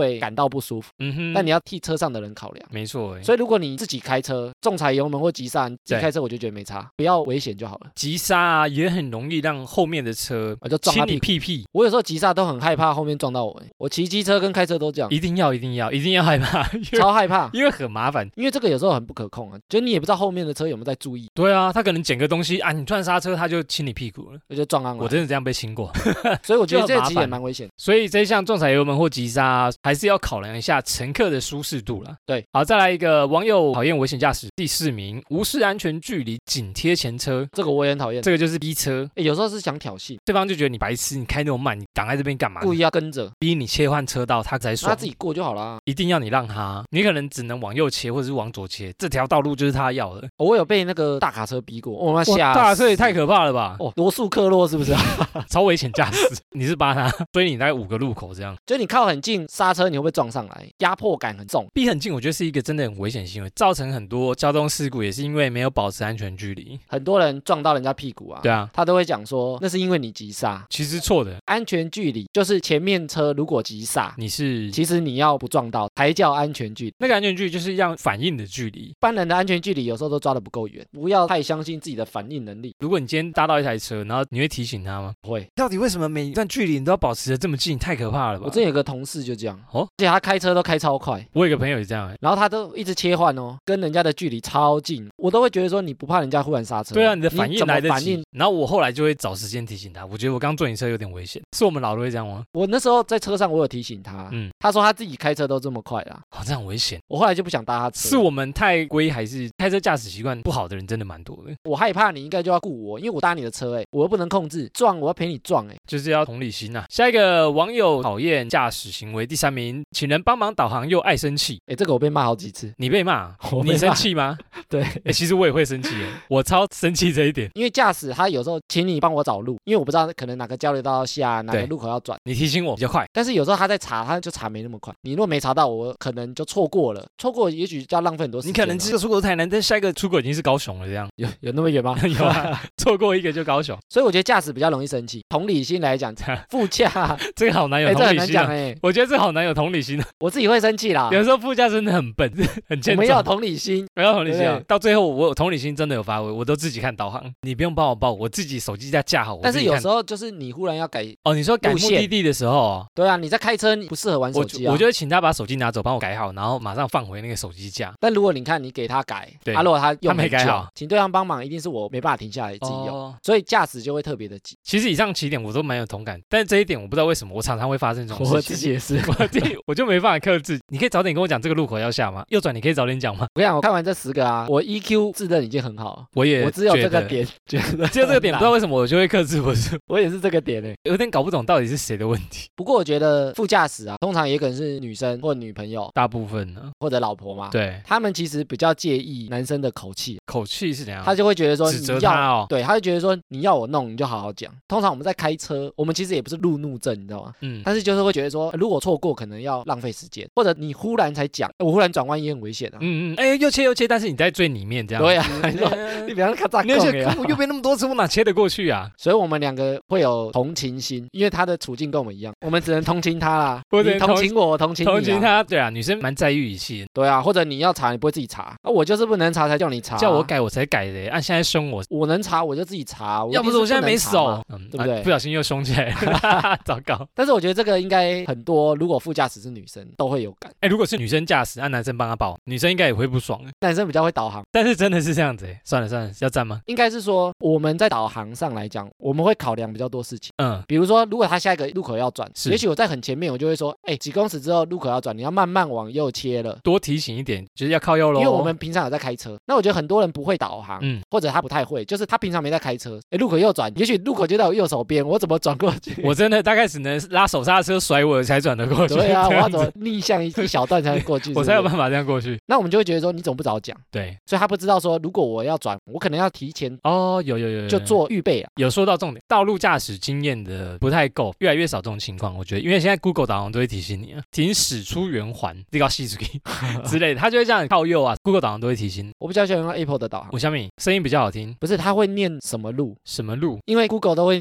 会感到不舒服。但你要替车上的人考量。 没错。 所以如果你自己开车，重踩油门或急刹，你自己开车我就觉得没差，不要危险就好了。 急刹啊，也很容易让后面的车就撞亲你屁屁。 我有时候急刹都很害怕后面撞到我。我骑机车跟开车都这样。一定要害怕， 超害怕， 因为很麻烦， 因为这个有时候很不可控啊，就你也不知道后面的车有没有在注意。 对啊，他可能捡个东西啊，你突然刹车，他就亲你屁股了， 就撞上了。 我真的这样被亲过， 所以我觉得这其实也蛮危险。 所以这一项重踩油门或急刹，还是要考量一下乘客的舒适度啦。 对， 好，再来一个网友讨厌危险驾驶第4名，无视安全距离，紧贴前车。 这个我也很讨厌， 这个就是逼车。 有时候是想挑衅， 对方就觉得你白痴，你开那么慢，你挡在这边干嘛？ 故意要跟着， 逼你切换车道，他才爽。 他自己过就好了， 一定要你让他，你可能只能往右切或者是往左切，这条道路就是他要的。 我有被那个大卡车逼过，我吓死！ 大卡车也太可怕了吧！ 罗素克洛是不是超危险驾驶，你是把他追你大概5个路口这样， 就你靠很近刹车，你会不会撞上来？压迫感很重， 逼很近，我觉得是一个真的很危险行为，造成很多交通事故，也是因为没有保持安全距离。 很多人撞到人家屁股啊， 对啊， 他都会讲说那是因为你急刹， 其实错的。 安全距离就是前面车如果急刹，其实你要不撞到才叫安全距离。 那个安全距离就是让反应的距离，一般人的安全距离有时候都抓得不够远，不要太相信自己的反应能力。 如果你今天搭到一台车，然后你会提醒他吗？ 不会。 到底为什么每一段距离你都要保持得这么近？太可怕了吧！ 我之前有个同事就这样，而且他开车都开超快。 我有个朋友也这样， 然后他都一直切换跟人家的距离超近，我都会觉得说你不怕人家忽然刹车？ 对啊，你的反应来得及。然后我后来就会找时间提醒他，我觉得我刚坐你车有点危险。是我们老都会这样吗？ 我那时候在车上我有提醒他，他说他自己开车都这么快啦， 这样危险。 我后来就不想搭他车。 是我们太龟，还是开车驾驶习惯不好的人真的蛮多的？ 我害怕你应该就要顾我，因为我搭你的车我又不能控制，撞我要陪你撞就是要同理心啊。下一个网友讨厌驾驶行为第3名，请人帮忙导航又爱生气。 这个我被骂好几次。 你被骂？你生气吗？ 对， 其实我也会生气我超生气这一点。 因为驾驶他有时候请你帮我找路，因为我不知道可能哪个交流道要下，哪个路口要转， 你提醒我比较快。 但是有时候他在查，他就查没那么快。你如果没查到，我可能就错过了，也许就要浪费很多时间。 你可能这个出口台南，但下一个出口已经是高雄了，这样有那么远吗？ 有啊，错过一个就高雄。 所以我觉得驾驶比较容易生气。同理心来讲，副驾这个好难有同理心这很难讲我觉得这好难有同理心我自己会生气啦。 有时候副驾真的很笨，很欠揍。 我们要有同理心， 我要同理心啊。到最后我有同理心真的有发挥，我都自己看导航，你不用帮我报，我自己手机在架好。 但是有时候就是你忽然要改你说改目的地的时候对啊，你在开车你不适合玩手机我就会请他把手机拿走，帮我改好，然后马上放回那个手机架。 但如果你看你给他改，如果他没改好， 请对方帮忙，一定是我没办法停下来自己用，所以驾驶就会特别的急。 其实以上几点我都蛮有同感，但是这一点我不知道为什么我常常会发生这种事情。 我自己也是， 我就没办法克制。你可以早点跟我讲这个路口要下吗？右转你可以早点讲吗？ 我跟你讲，我看完这10个我 EQ 自认已经很好了。 我只有这个点，只有这个点，不知道为什么我就会克制。 我也是这个点有点搞不懂到底是谁的问题。 不过我觉得副驾驶通常也可能是女生或女朋友， 大部分呢， 或者老婆嘛。 对， 他们其实比较介意男生的口气。 口气是怎样？ 他就会觉得说指责他对，他就觉得说你要我弄，你就好好讲。通常我们在开车，我们其实也不是路怒症，你知道吗？但是就是会觉得说，如果错过可能要浪费时间，或者你忽然才讲，我忽然转弯也很危险啊。 又切，但是你在最里面这样。 对啊，你比方说咔嚓， 我右边那么多车，我哪切得过去啊？ 所以我们2个会有同情心，因为他的处境跟我们一样，我们只能同情他啦。你同情我，我同情你。 同情他，对啊，女生蛮在意语气。 对啊，或者你要查，你不会自己查，我就是不能查才叫你查， 叫我改我才改的。现在凶我能查我就自己查， 要不是我现在没手， 对不对？ 不小心又凶起来了，糟糕。 但是我觉得这个应该很多，如果副驾驶是女生都会有感。 如果是女生驾驶，男生帮她报，女生应该也会不爽。 男生比较会导航， 但是真的是这样子算了，要站吗？ 应该是说我们在导航上来讲，我们会考量比较多事情。比如说如果他下一个路口要转，也许我在很前面，我就会说，几公尺之后路口要转，你要慢慢往右切了， 多提醒一点，就是要靠右咯。 因为我们平常有在开车，那我觉得很多人不会导航，或者他不太会，就是他平常没在开车，路口右转，也许路口就在我右手边，我怎么转过去？ 我真的大概只能拉手刹车甩我才转得过去。 对啊，我要怎么逆向一小段才能过去？ 我才有办法这样过去。 那我们就会觉得说，你怎么不早讲？ 对， 所以他不知道说，如果我要转，我可能要提前有就做预备啊。 有说到重点，道路驾驶经验的不太够，越来越少这种情况。我觉得，因为现在 Google 导航都会提醒你请驶出圆环，这个细水之类的，他就会这样靠右啊。Google 导航都会提醒。 我比较喜欢用 Apple 的导航。 我相信声音比较好听， 不是他会念什么路， 什么路， 因为 Google 都会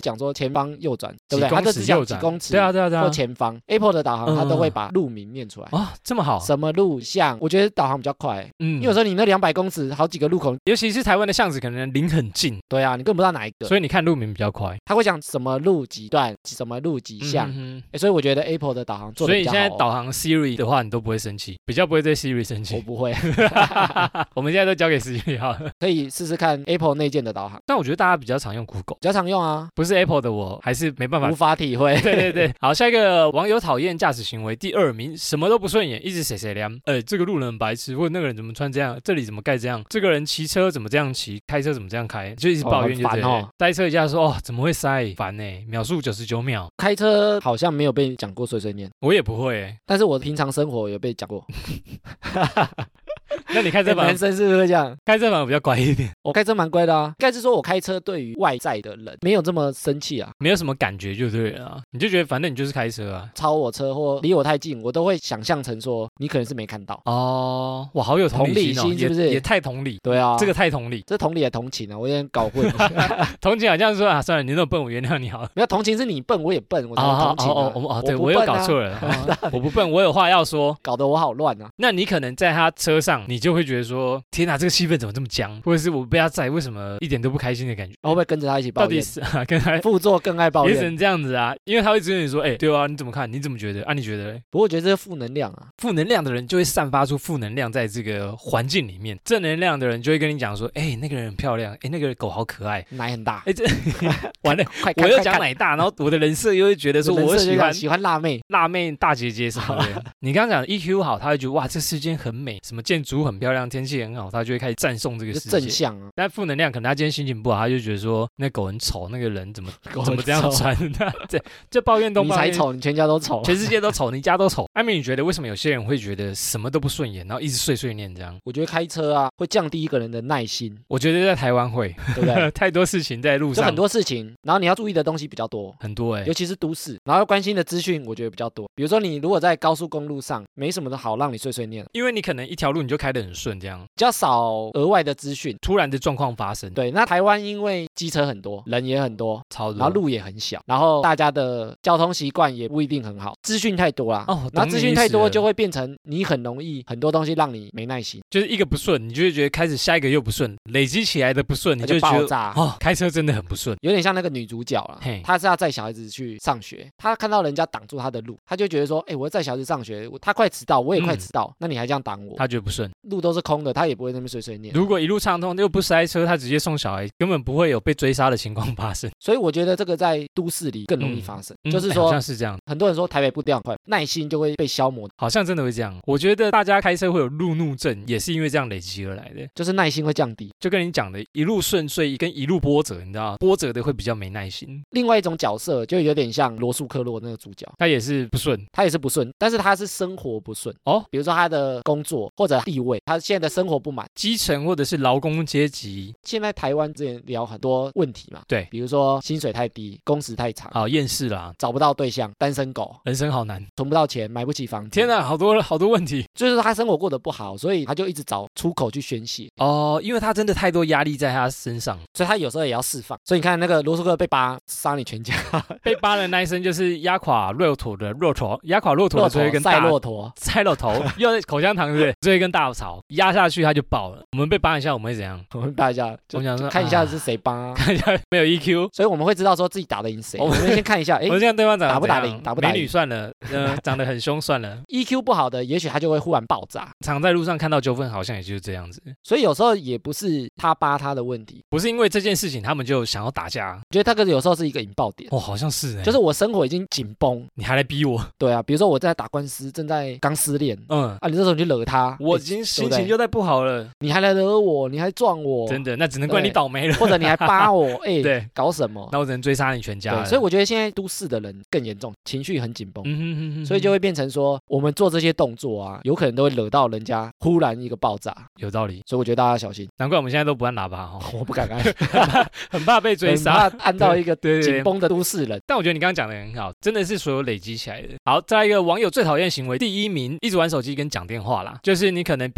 讲说前方右转，对不对？ 它就只讲几公尺， 对啊， 或前方。Apple 的导航它都会把路名念出来。 这么好， 什么路巷？我觉得导航比较快，因为有时候你那200公尺好几个路口， 尤其是台湾的巷子可能离很近， 对啊，你根本不知道哪一个， 所以你看路名比较快。 他会讲什么路几段，什么路几巷，所以我觉得 Apple 的导航做得比较好。 所以你现在导航 Siri 的话，你都不会生气，比较不会对 Siri 生气。 我不会， 我们现在都交给 Siri 好了， 可以试试看 Apple 内建的导航。 但我觉得大家比较常用 Google， 比较常用啊， 不是 Apple 的我还是没办法， 无法体会。 对对对，好，下一个网友讨厌驾驶行为第2名，什么都不顺眼，一直谁凉。这个路人很白痴，或者那个人怎么穿这样，这里怎么盖这样，这个人骑车怎么这样骑，开车怎么这样开，就一直抱怨就对了。塞车一下说怎么会塞，烦秒数99秒。 开车好像没有被讲过碎碎念， 我也不会但是我平常生活有被讲过。 那你开车男生是不是会这样？ 开车反而比较乖一点。 我开车蛮乖的啊，应该是说我开车对于外在的人没有这么生气啊， 没有什么感觉就对了啊，你就觉得反正你就是开车啊， 超我车或离我太近，我都会想象成说你可能是没看到。 哇，好有同理心是不是？ 也太同理。 对啊， 这个太同理， 这同理还同情啊，我有点搞混。 同情好像说算了，你那么笨，我原谅你好了。 没有同情是你笨，我也笨，我才同情对，我有搞错了，我不笨，我有话要说， 搞得我好乱啊。 那你可能在他车上，你就会觉得说，天哪，这个气氛怎么这么僵？或者是我被他载，为什么一点都不开心的感觉？ 会不会跟着他一起抱怨？ 到底是跟他副座更爱抱怨？ 也只能这样子啊，因为他会直跟你说，对啊，你怎么看？你怎么觉得啊？你觉得？ 不过我觉得这是负能量啊， 负能量的人就会散发出负能量在这个环境里面，正能量的人就会跟你讲说，那个人很漂亮，那个狗好可爱， 奶很大， 这完了，我又讲奶大，然后我的人设又会觉得说我喜欢辣妹大姐姐什么的。你刚刚讲 EQ 好，他会觉得哇，这世间很美，什么建筑很漂亮，天气很好，他就会开始赞颂这个世界， 正向啊。 但负能量可能他今天心情不好，他就觉得说那狗很丑，那个人怎么这样穿，这抱怨东抱怨西， 你才丑，你全家都丑， 全世界都丑，你家都丑。艾米，你觉得为什么有些人会觉得什么都不顺眼，然后一直碎碎念这样？ 我觉得开车啊会降低一个人的耐心。 我觉得在台湾会， 对不对？ 太多事情在路上， 就很多事情，然后你要注意的东西比较多， 很多尤其是都市，然后要关心的资讯我觉得比较多。比如说你如果在高速公路上，没什么的好让你碎碎念， 因为你可能一条路你就开得很顺，这样比较少额外的资讯， 突然的状况发生。 对，那台湾因为机车很多，人也很多， 超多， 然后路也很小，然后大家的交通习惯也不一定很好，资讯太多啦。然后资讯太多就会变成你很容易很多东西让你没耐心， 就是一个不顺，你就会觉得开始下一个又不顺，累积起来的不顺，你就觉得爆炸开车真的很不顺， 有点像那个女主角啦，她是要载小孩子去上学，她看到人家挡住她的路，她就觉得说，我载小孩子上学，他快迟到，我也快迟到，那你还这样挡我， 她觉得不顺， 路都是空的，她也不会那么碎碎念。 如果一路畅通又不塞车，她直接送小孩，根本不会有被追杀的情况发生。 所以我觉得这个在都市里更容易发生，就是说好像是这样。 很多人说台北步调很快，耐心就会被消磨， 好像真的会这样。我觉得大家开车会有路怒症，也是因为这样累积而来的， 就是耐心会降低。 就跟你讲的，一路顺遂跟一路波折，你知道吗？波折的会比较没耐心。 另外一种角色就有点像罗素克洛那个主角， 他也是不顺， 但是他是生活不顺比如说他的工作或者地位，他现在的生活不满， 基层或者是劳工阶级。 现在台湾之前聊很多问题嘛， 对， 比如说薪水太低，工时太长， 厌世啦， 找不到对象，单身狗， 人生好难， 存不到钱，买不起房子， 天哪，好多问题。 就是他生活过得不好，所以他就一直找出口去宣泄因为他真的太多压力在他身上， 所以他有时候也要释放。所以你看那个罗素克被扒杀你全家， 被扒的那一声就是压垮骆驼的骆驼，压垮骆驼的最后一根大赛骆驼又口香糖，对不对？最后一根大草压下去他就爆了。我们被扒一下我们会怎样？ 我们扒一下， 我想说看一下是谁扒， 看一下没有 EQ， 所以我们会知道说自己打得赢谁。我们先看一下， 我们现在对方打不打赢，打不打赢， 美女算了，长得很凶算了。 EQ 不好的，也许他就会忽然爆炸。 常在路上看到纠纷，好像也就是这样子。 所以有时候也不是他扒他的问题， 不是因为这件事情他们就想要打架。 我觉得这个有时候是一个引爆点。 好像是就是我生活已经紧绷， 你还来逼我。 对啊，比如说我在打官司，正在刚失恋，你这时候你就惹他， 我已经心情就在不好了， 你还来惹我，你还撞我， 真的，那只能怪你倒霉了。 或者你还扒我， 对， 搞什么？ 那我只能追杀你全家了。 对，所以我觉得现在都市的人更严重，情绪很紧绷，所以就会变成说，我们做这些动作啊，有可能都会惹到人家，忽然一个爆炸。 有道理， 所以我觉得大家要小心。 难怪我们现在都不按喇叭我不敢按， 很怕被追杀， 很怕按到一个紧绷的都市人。 但我觉得你刚刚讲的很好，真的是所有累积起来的。好，再来一个网友最讨厌行为第1名，一直玩手机跟讲电话啦，就是你可能边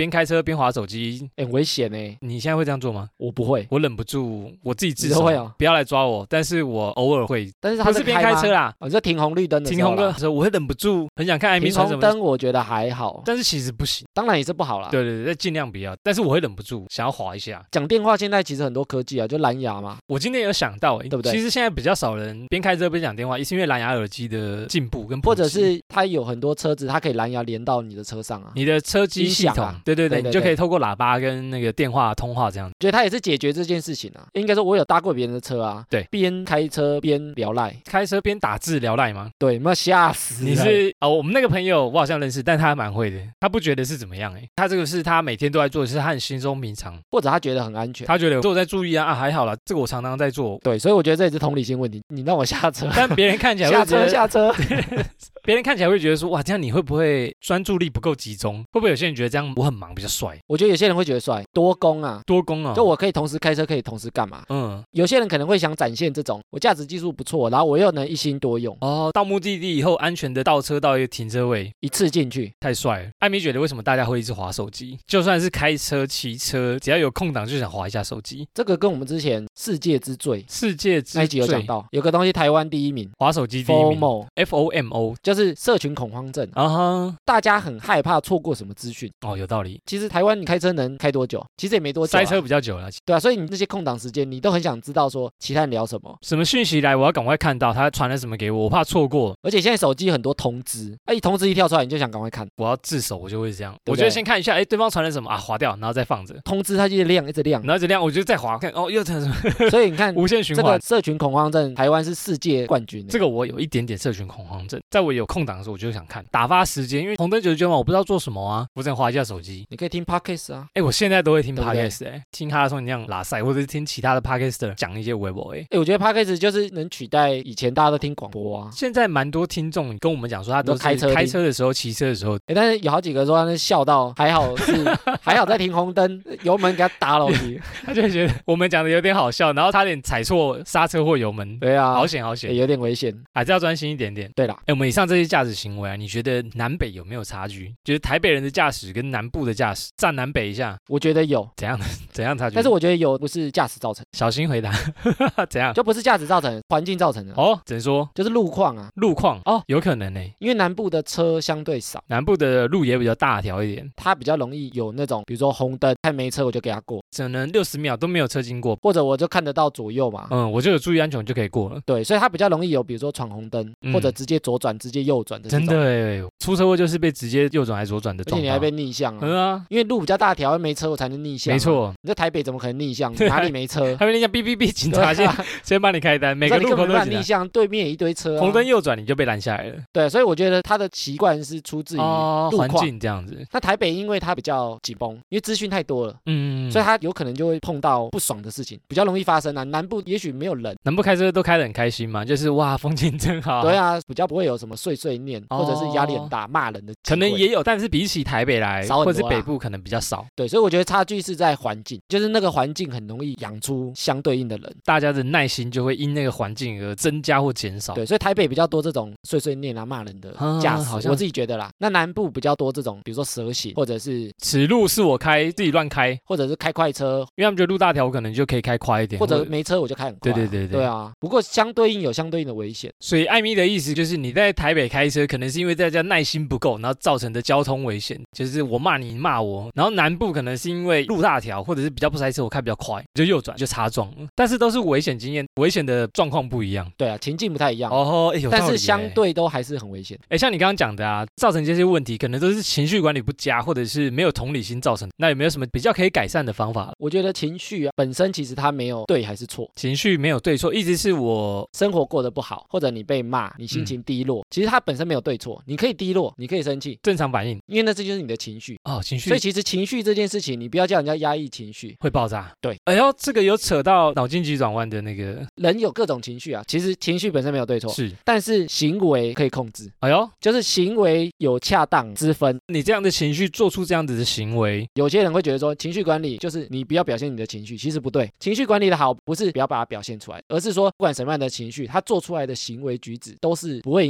边开车边滑手机， 很危险欸。 你现在会这样做吗？ 我不会， 我忍不住，我自己自首， 会哦， 不要来抓我。但是我偶尔会， 但是不是边开车啦， 你说停红绿灯的时候， 停红灯的时候，我会忍不住很想看艾米穿什么。 停红灯我觉得还好， 但是其实不行， 当然也是不好啦。 对对对，尽量不要。但是我会忍不住想要滑一下。 讲电话现在其实很多科技啊，就蓝牙嘛。 我今天有想到，对不对？ 其实现在比较少人边开车边讲电话，是因为蓝牙耳机的进步跟普及， 或者是它有很多车子它可以蓝牙连到你的车上啊， 你的车机系统，对对对，你就可以透过喇叭跟那个电话通话这样。 觉得它也是解决这件事情啊。应该说我有搭过别人的车啊， 对， 边开车边聊赖， 开车边打字聊赖吗？ 对，那吓死你是哦，我们那个朋友我好像认识，但他还蛮会的，他不觉得是怎么样他这个是他每天都在做的，是他很心中平常， 或者他觉得很安全， 他觉得我在注意啊还好啦，这个我常常在做。 对，所以我觉得这也是同理心问题，你让我下车， 但别人看起来会觉得下车别人看起来会觉得说哇，这样你会不会专注力不够集中？会不会有些人觉得这样我很忙比较帅？ 我觉得有些人会觉得帅，多功啊，就我可以同时开车，可以同时干嘛？有些人可能会想展现这种我驾驶技术不错，然后我又能一心多用。 到目的地以后安全的倒车到一个停车位， 一次进去， 太帅了。艾米觉得为什么大家会一直滑手机？就算是开车、骑车，只要有空档就想滑一下手机。 这个跟我们之前世界之最那一集有讲到，有个东西台湾第一名， 滑手机第一名 FOMO， 就是社群恐慌症大家很害怕错过什么资讯。 有道理。 其实台湾你开车能开多久？其实也没多久， 塞车比较久了。 对啊，所以你那些空档时间，你都很想知道说其他人聊什么， 什么讯息来，我要赶快看到他传了什么给我，我怕错过。 而且现在手机很多通知，通知一跳出来，你就想赶快看。 我要自首，我就会这样，我就先看一下，对方传了什么划掉，然后再放着。 通知它就亮，一直亮， 然后一直亮，我就再划看，又传什么。 所以你看， 无限循环。 这个社群恐慌症，台湾是世界冠军。 这个我有一点点社群恐慌症，在我有空档的时候，我就想看，打发时间，因为红灯99嘛，我不知道做什么啊，我只能滑一下手机。 你可以听 podcast 啊， 我现在都会听 podcast 听哈拉松那样拉塞，或者是听其他的 podcaster 讲一些微博我觉得 podcast 就是能取代以前大家都听广播啊。 现在蛮多听众跟我们讲说，他都是开车的时候、骑车的时候， 但是有好几个说他那笑到还好还好在停红灯，油门给他打了去， 他就觉得我们讲的有点好笑，然后差点踩错刹车或油门。 对啊， 好险好险， 有点危险， 还是要专心一点点。 对啦， 我们以上这些驾驶行为你觉得南北有没有差距？就是台北人的驾驶跟南部的驾驶，站南北一下。 我觉得有。 怎样差距？ 但是我觉得有不是驾驶造成， 小心回答。怎样？ 就不是驾驶造成，环境造成的。 怎么说？ 就是路况啊。 路况有可能因为南部的车相对少， 南部的路也比较大条一点， 它比较容易有那种，比如说红灯，看没车我就给它过， 可能60秒都没有车经过， 或者我就看得到左右嘛， 我就有注意安全就可以过了。 对，所以它比较容易有，比如说闯红灯，或者直接左转、直接右转的。 真的出车祸就是被直接右转还是左转的撞到， 而且你还被逆向啊。因为路比较大条，没车我才能逆向。 没错， 你在台北怎么可能逆向？哪里没车？ 还没逆向，哔哔哔，警察先帮你开单，每个路口都逆向，对面也一堆车， 红灯右转你就被拦下来了。 对，所以我觉得他的习惯是出自于路环境这样子。 那台北因为它比较紧绷，因为资讯太多了，所以他有可能就会碰到不爽的事情，比较容易发生啊。南部也许没有人， 南部开车都开得很开心嘛，就是哇风景真好。 对啊，比较不会有什么碎碎念，或者是压力很大骂人的， 可能也有，但是比起台北来，或者是北部可能比较少。 对，所以我觉得差距是在环境，就是那个环境很容易养出相对应的人， 大家的耐心就会因那个环境而增加或减少。 对，所以台北比较多这种碎碎念啊、骂人的驾驶，我自己觉得啦。那南部比较多这种，比如说蛇行，或者是此路是我开，自己乱开， 或者是开快车， 因为他们觉得路大条，我可能就可以开快一点， 或者没车我就开很快。对啊。不过相对应有相对应的危险。 所以艾米的意思就是你在台北开车，可能是因为大家耐心不够，然后造成的交通危险，就是我骂你，你骂我。然后南部可能是因为路大条，或者是比较不塞车，我开比较快，就右转就擦撞了。但是都是危险经验，危险的状况不一样。 对啊，情境不太一样。 但是相对都还是很危险。 像你刚刚讲的造成这些问题，可能都是情绪管理不佳，或者是没有同理心造成。那有没有什么比较可以改善的方法？ 我觉得情绪本身其实它没有对还是错， 情绪没有对错，意思是我生活过得不好，或者你被骂，你心情低落，其实它本身没有对错，你可以低落，你可以生气， 正常反应， 因为那这就是你的情绪情绪。 所以其实情绪这件事情，你不要叫人家压抑情绪， 会爆炸。 对， 这个有扯到脑筋急转弯的那个， 人有各种情绪啊，其实情绪本身没有对错， 是， 但是行为可以控制。就是行为有恰当之分。 你这样的情绪做出这样子的行为， 有些人会觉得说情绪管理就是你不要表现你的情绪，其实不对。情绪管理的好不是不要把它表现出来，而是说不管什么样的情绪，他做出来的行为举止都是不会影响其他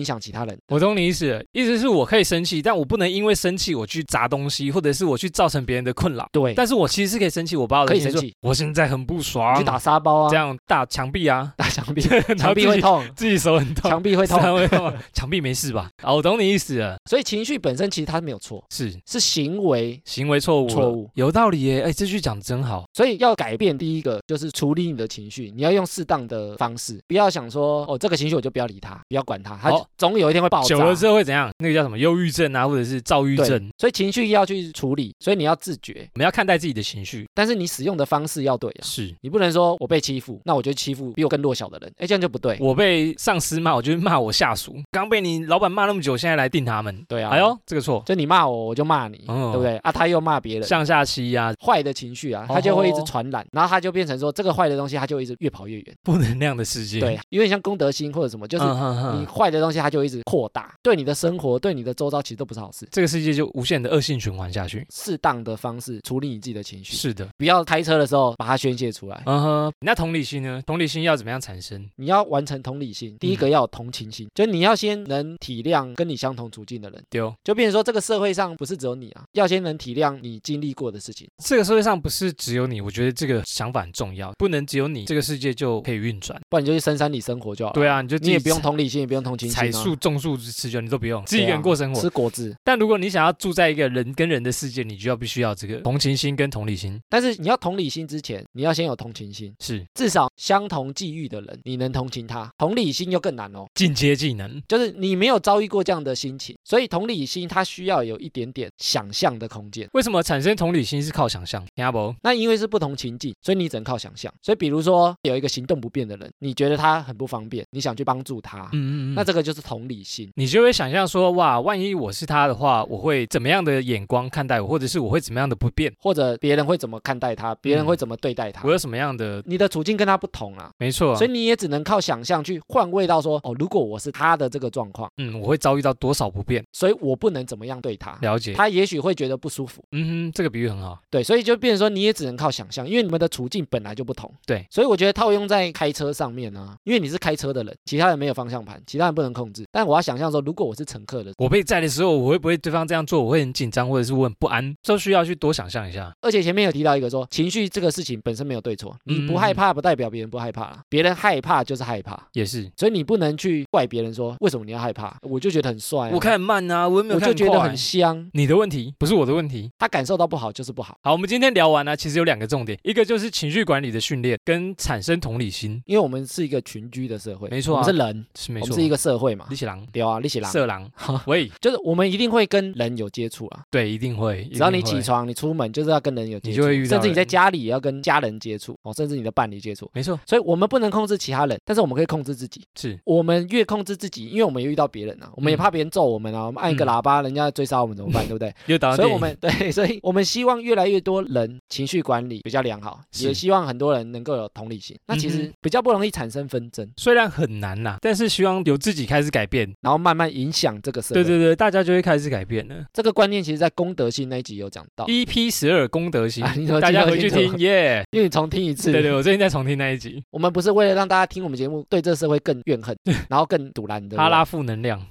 人。 我懂你意思了，意思是我可以生气，但我不能因为生气我去砸东西，或者是我去造成别人的困扰。 对， 但是我其实是可以生气，我把我的可以生气， 我现在很不爽， 你去打沙包啊， 这样打墙壁啊， 打墙壁，墙壁会痛， 自己手很痛， 墙壁会痛， 墙壁没事吧？啊，我懂你意思了。 所以情绪本身其实它没有错，是行为错误，有道理耶。哎，这句讲的真好。 所以要改变，第一个就是处理你的情绪，你要用适当的方式，不要想说哦这个情绪我就不要理它，不要管它，它总有一天会爆炸。 久了之后会怎样？那个叫什么忧郁症啊，或者是躁郁症。 所以情绪要去处理，所以你要自觉， 我们要看待自己的情绪， 但是你使用的方式要对啊。 是你不能说我被欺负，那我就欺负比我更弱小的人，哎，这样就不对。 我被上司骂，我就骂我下属，刚被你老板骂那么久，现在来定他们。 对啊， 哎呦，这个错， 就你骂我，我就骂你，对不对啊？他又骂别人， 上下期啊， 坏的情绪啊，他就会一直传染，然后他就变成说这个坏的东西，他就一直越跑越远， 负能量的世界。 对，有点像公德心或者什么，就是你坏的东西，它就一直扩大，对你的生活，对你的周遭其实都不是好事。 这个世界就无限的恶性循环下去。 适当的方式处理你自己的情绪， 是的， 不要开车的时候把它宣泄出来。 那同理心呢？同理心要怎么样产生？ 你要完成同理心，第一个要有同情心，就你要先能体谅跟你相同处境的人。 对， 就变成说这个社会上不是只有你啊，要先能体谅你经历过的事情。 这个社会上不是只有你，我觉得这个想法很重要，不能只有你，这个世界就可以运转。 不然你就去深山里生活就好了。 对啊， 你也不用同理心，也不用同情心， 采树种树吃酒你都不用，自己一个人过生活， 吃果子。 但如果你想要住在一个人跟人的世界，你就必须要这个同情心跟同理心。 但是你要同理心之前，你要先有同情心， 是至少相同际遇的人，你能同情他。同理心又更难哦， 进阶技能， 就是你没有遭遇过这样的心情，所以同理心它需要有一点点想象的空间。 为什么产生同理心是靠想象？听不？ 那因为是不同情境，所以你只能靠想象。所以比如说有一个行动不便的人，你觉得他很不方便，你想去帮助他，那这个就是同理心。 你就会想象说，哇，万一我是他的话，我会怎么样的眼光看待我，或者是我会怎么样的不便， 或者别人会怎么看待他，别人会怎么对待他， 我有什么样的， 你的处境跟他不同啊， 没错， 所以你也只能靠想象去换位到说，哦，如果我是他的这个状况， 我会遭遇到多少不便， 所以我不能怎么样对他， 了解， 他也许会觉得不舒服， 这个比喻很好， 对，所以就变成说你也只能靠想象，因为你们的处境本来就不同， 对， 所以我觉得套用在开车上面啊，因为你是开车的人，其他人没有方向盘，其他人不能控制，但我要想象说，如果我是乘客的， 我被载的时候，我会不会对方这样做，我会很紧张，或者是我很不安，都需要去多想象一下。 而且前面有提到一个说，情绪这个事情本身没有对错，你不害怕不代表别人不害怕啦，别人害怕就是害怕， 也是， 所以你不能去怪别人说为什么你要害怕，我就觉得很帅啊， 我开很慢啊，我没有看我就觉得很香， 你的问题不是我的问题， 他感受到不好就是不好。 好，我们今天聊完了，其实有2个重点，一个就是情绪管理的训练跟产生同理心， 因为我们是一个群居的社会， 没错， 我们是人， 是没错， 我们是一个社会嘛， 你是狼， 对啊，你是狼， 色狼，喂， 就是我们一定会跟人有接触啊， 对，一定会， 只要你起床，你出门就是要跟人有接触， 你就会遇到， 甚至你在家里也要跟家人接触哦，甚至你的伴侣接触， 没错， 所以我们不能控制其他人，但是我们可以控制自己， 是我们越控制自己，因为我们也遇到别人啊，我们也怕别人揍我们啊，我们按一个喇叭，人家追杀我们怎么办，对不对？所以我们对，所以我们希望越来越多人情绪管理比较良好，也希望很多人能够有同理心，那其实比较不容易产生纷争， 虽然很难啦，但是希望由自己开始改变， 然后慢慢影响这个社会， 对，大家就会开始改变了。 这个观念其实在公德心那一集有讲到 EP12公德心， 大家回去听耶， 因为你重听一次， 对，我最近在重听那一集， 我们不是为了让大家听我们节目对这个社会更怨恨，然后更堵拦的， 哈拉负能量。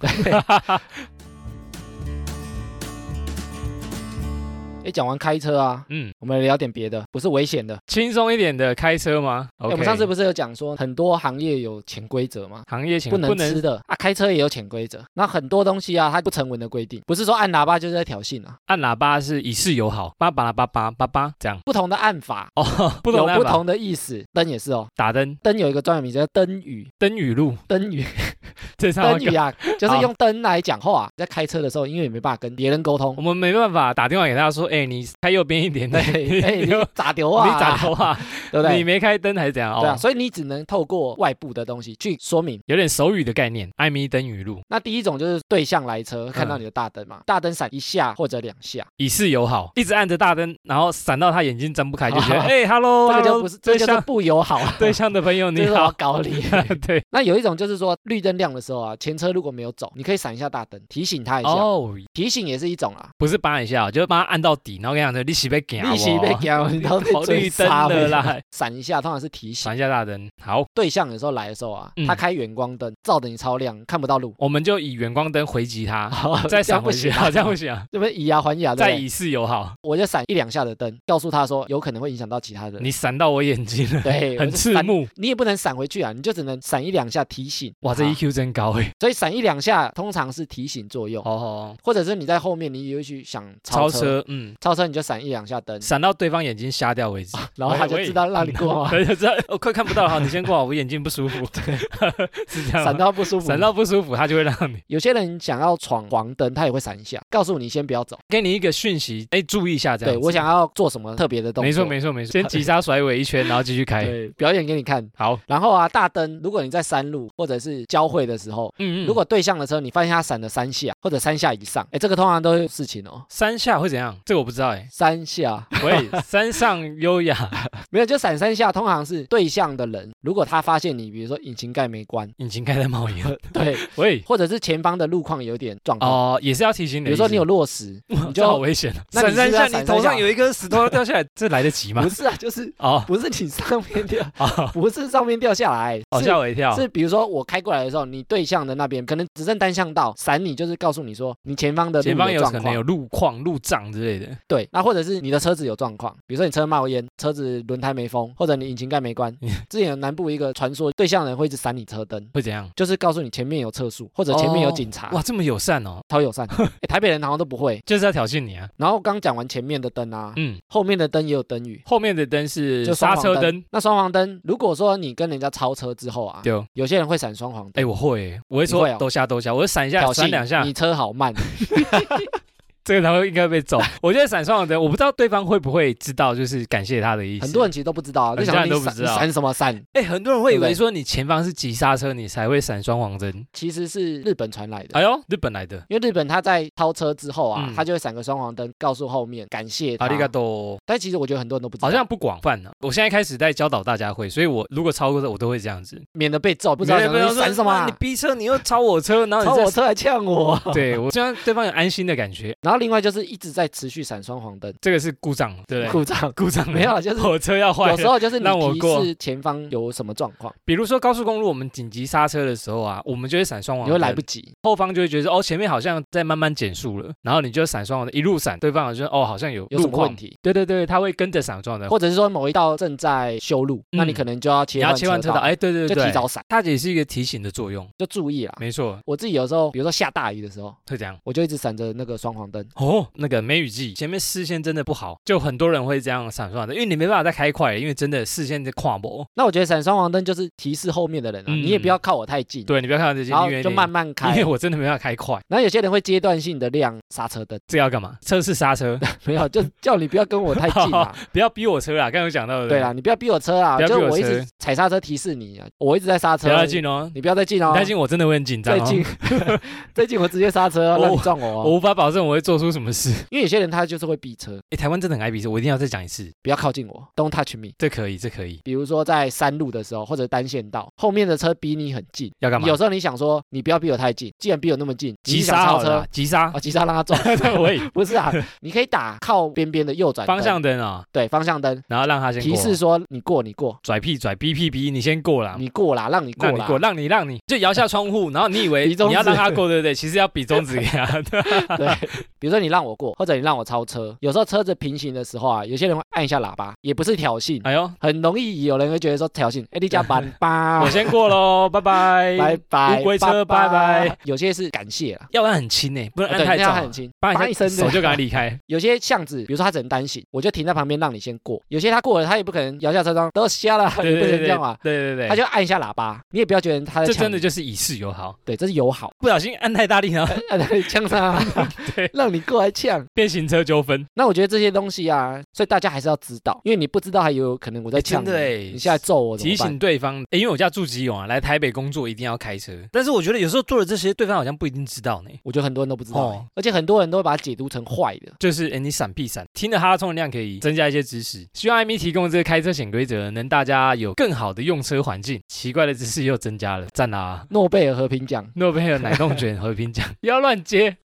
讲完开车啊，我们聊点别的，不是危险的， 轻松一点的开车吗？ 我们上次不是有讲说很多行业有潜规则吗？ 行业不能吃的啊，开车也有潜规则。那很多东西啊，它不成文的规定，不是说按喇叭就是在挑衅啊。 按喇叭是以示友好，叭叭啦叭叭叭叭这样。 不同的按法哦， 有不同的意思。灯也是哦， 打灯， 灯有一个专有名字叫灯语， 灯语录， 灯语。 灯语啊，就是用灯来讲话。在开车的时候，因为没办法跟别人沟通， 我们没办法打电话给他说，你开右边一点， 你咋丢啊？ 你咋丢啊？对不对？你没开灯还是怎样？ 对啊，所以你只能透过外部的东西去说明， 有点手语的概念。艾米灯语录。 那第一种就是对向来车看到你的大灯嘛，大灯闪1下或者2下， 以示友好，一直按着大灯，然后闪到他眼睛睁不开，就觉得，hello， 这个就不是，这就是不友好。 对向的朋友你好， 搞你。 对。 那有一种就是说绿灯亮的时候啊，前车如果没有走，你可以闪一下大灯，提醒他一下。哦，提醒也是一种啦， 不是扒一下，就是帮他按到底，然后跟他讲你是被赶， 你是被赶，你都跑绿灯的啦。 闪一下通常是提醒， 闪一下大灯。好， 对象有时候来的时候啊，他开远光灯，照得你超亮，看不到路， 我们就以远光灯回击他，再闪回去，这样不行啊， 这不是以牙还牙， 再以示友好。 我就闪1-2下的灯，告诉他说有可能会影响到其他人。 你闪到我眼睛了， 对， 很刺目。 你也不能闪回去啊，你就只能闪1-2下提醒。 哇，这 EQ 真高哎！ 所以闪1-2下通常是提醒作用，或者是你在后面你也许想超车，超车你就闪1-2下灯， 闪到对方眼睛瞎掉为止， 然后他就知道让你过嘛， 就知道我快看不到，好，你先过，我眼睛不舒服，对，是这样， 闪到不舒服， 闪到不舒服，他就会让你。 有些人想要闯黄灯，他也会闪一下，告诉你先不要走， 给你一个讯息，注意一下这样。 对，我想要做什么特别的动作， 没错，先急刹甩尾一圈，然后继续开， 对，表演给你看。 好， 然后啊，大灯，如果你在山路或者是交汇的时候，如果对向的车你发现他闪了3下或者3下以上，这个通常都有事情哦。 3下会怎样？这个我不知道 3下， 喂，山上优雅， 没有，就闪3下，通常是对向的人，如果他发现你，比如说引擎盖没关， 引擎盖在冒烟， 对， 喂， 或者是前方的路况有点状况， 也是要提醒你， 比如说你有落石，你就好危险，闪3下，你头上有一颗石头要掉下来，这来得及吗？ 不是啊，就是不是你上面掉，不是上面掉下来， 吓我一跳。 是比如说我开过来的时候，你对向的那边可能只剩单向道，闪你就是告诉你说你前方的路有可能有路况、路障之类的。 对，那或者是你的车子有状况，比如说你车冒烟，车子轮胎没封，或者你引擎盖没关。之前有南部一个传说，对向人会一直闪你车灯， 会怎样？ 就是告诉你前面有测速，或者前面有警察。 哇，这么友善哦， 超友善。台北人好像都不会， 就是要挑衅你啊。 然后刚讲完前面的灯啊，后面的灯也有灯语， 后面的灯是刹车灯。 那双黄灯，如果说你跟人家超车之后啊，有些人会闪双黄灯。 我会说都下，我会闪一下，闪2下。 你车好慢。 这个他会应该被揍。我觉得闪双黄灯，我不知道对方会不会知道，就是感谢他的意思。 很多人其实都不知道，就想你闪什么闪？ 很多人会以为说你前方是急刹车，你才会闪双黄灯。 其实是日本传来的。 哎呦，日本来的， 因为日本他在超车之后啊，他就会闪个双黄灯，告诉后面感谢他。 ありがとう。 但其实我觉得很多人都不知道， 好像不广泛呢。我现在开始在教导大家会，所以我如果超过车，我都会这样子， 免得被揍。不知道你闪什么？ 你逼车，你又超我车，然后超我车还呛我。 对，我希望对方有安心的感觉。 然后另外就是一直在持续闪双黄灯， 这个是故障，对不对？故障没有，就是火车要坏了， 有时候就是你提示前方有什么状况， 比如说高速公路我们紧急刹车的时候啊，我们就会闪双黄灯， 你会来不及， 后方就会觉得前面好像在慢慢减速了，然后你就闪双黄灯，一路闪，对方好像好像有什么问题， 对，他会跟着闪双黄灯， 或者是说某一道正在修路，那你可能就要切换车道， 对， 就提早闪， 它也是一个提醒的作用， 就注意啦， 没错。 我自己有时候，比如说下大雨的时候， 会这样， 我就一直闪着那个双黄灯， 那个梅雨季前面视线真的不好，就很多人会这样闪双黄灯，因为你没办法再开快了，因为真的视线在跨模。 那我觉得闪双黄灯就是提示后面的人啊，你也不要靠我太近， 对，你不要靠我太近， 然后就慢慢开， 因为我真的没办法开快。 然后有些人会阶段性的亮刹车灯， 这要干嘛？测试刹车？ 没有，就叫你不要跟我太近啦， 不要逼我车啦。刚刚有讲到的， 对啦，你不要逼我车啦，就我一直踩刹车提示你啊，我一直在刹车， 不要太近哦， 你不要再近哦， 太近我真的会很紧张， 再近我直接刹车，让你撞我， 我无法保证我会做出什么事， 因为有些人他就是会逼车。 台湾真的很爱逼车，我一定要再讲一次， 不要靠近我 ，Don't touch me。 这可以。 比如说在山路的时候，或者单线道，后面的车逼你很近， 要干嘛？ 有时候你想说，你不要逼我太近，既然逼我那么近， 急刹超车， 急刹让他撞。不是啊，你可以打靠边边的右转方向灯啊， 对，方向灯， 然后让他先过， 提示说你过， 拽逼，你先过啦， 你过啦，让你过啦， 让你就摇下窗户，然后你以为你要让他过，对不对？其实要比中指给他。 对，比如说你让我过，或者你让我超车，有时候车子平行的时候啊，有些人会按一下喇叭，也不是挑衅， 哎呦， 很容易有人会觉得说挑衅，你加班吧， 我先过喽，拜拜， 拜拜， 乌龟车，拜拜。 有些是感谢啦， 要不然很轻不能按太早， 很轻， 叭一声手就赶快离开。 有些巷子，比如说他只能单行，我就停在旁边让你先过。有些他过了，他也不可能摇下车窗，都瞎了，也不能这样嘛。 对， 他就按一下喇叭，你也不要觉得他在抢。 这真的就是以示友好， 对，这是友好。 不小心按太大力呢， 按太呛上，让让你过来呛， 变行车纠纷。 那我觉得这些东西啊，所以大家还是要知道，因为你不知道还有可能我在呛你，你现在揍我怎么办？ 提醒对方，因为我家住基隆啊，来台北工作一定要开车。但是我觉得有时候做了这些，对方好像不一定知道呢。 我觉得很多人都不知道，而且很多人都会把它解读成坏的， 就是你闪避闪。听了哈拉充能量可以增加一些知识，希望艾米提供这个开车潜规则，能大家有更好的用车环境。奇怪的知识又增加了，赞啦！ 诺贝尔和平奖， 诺贝尔奶冻卷和平奖，不要乱接。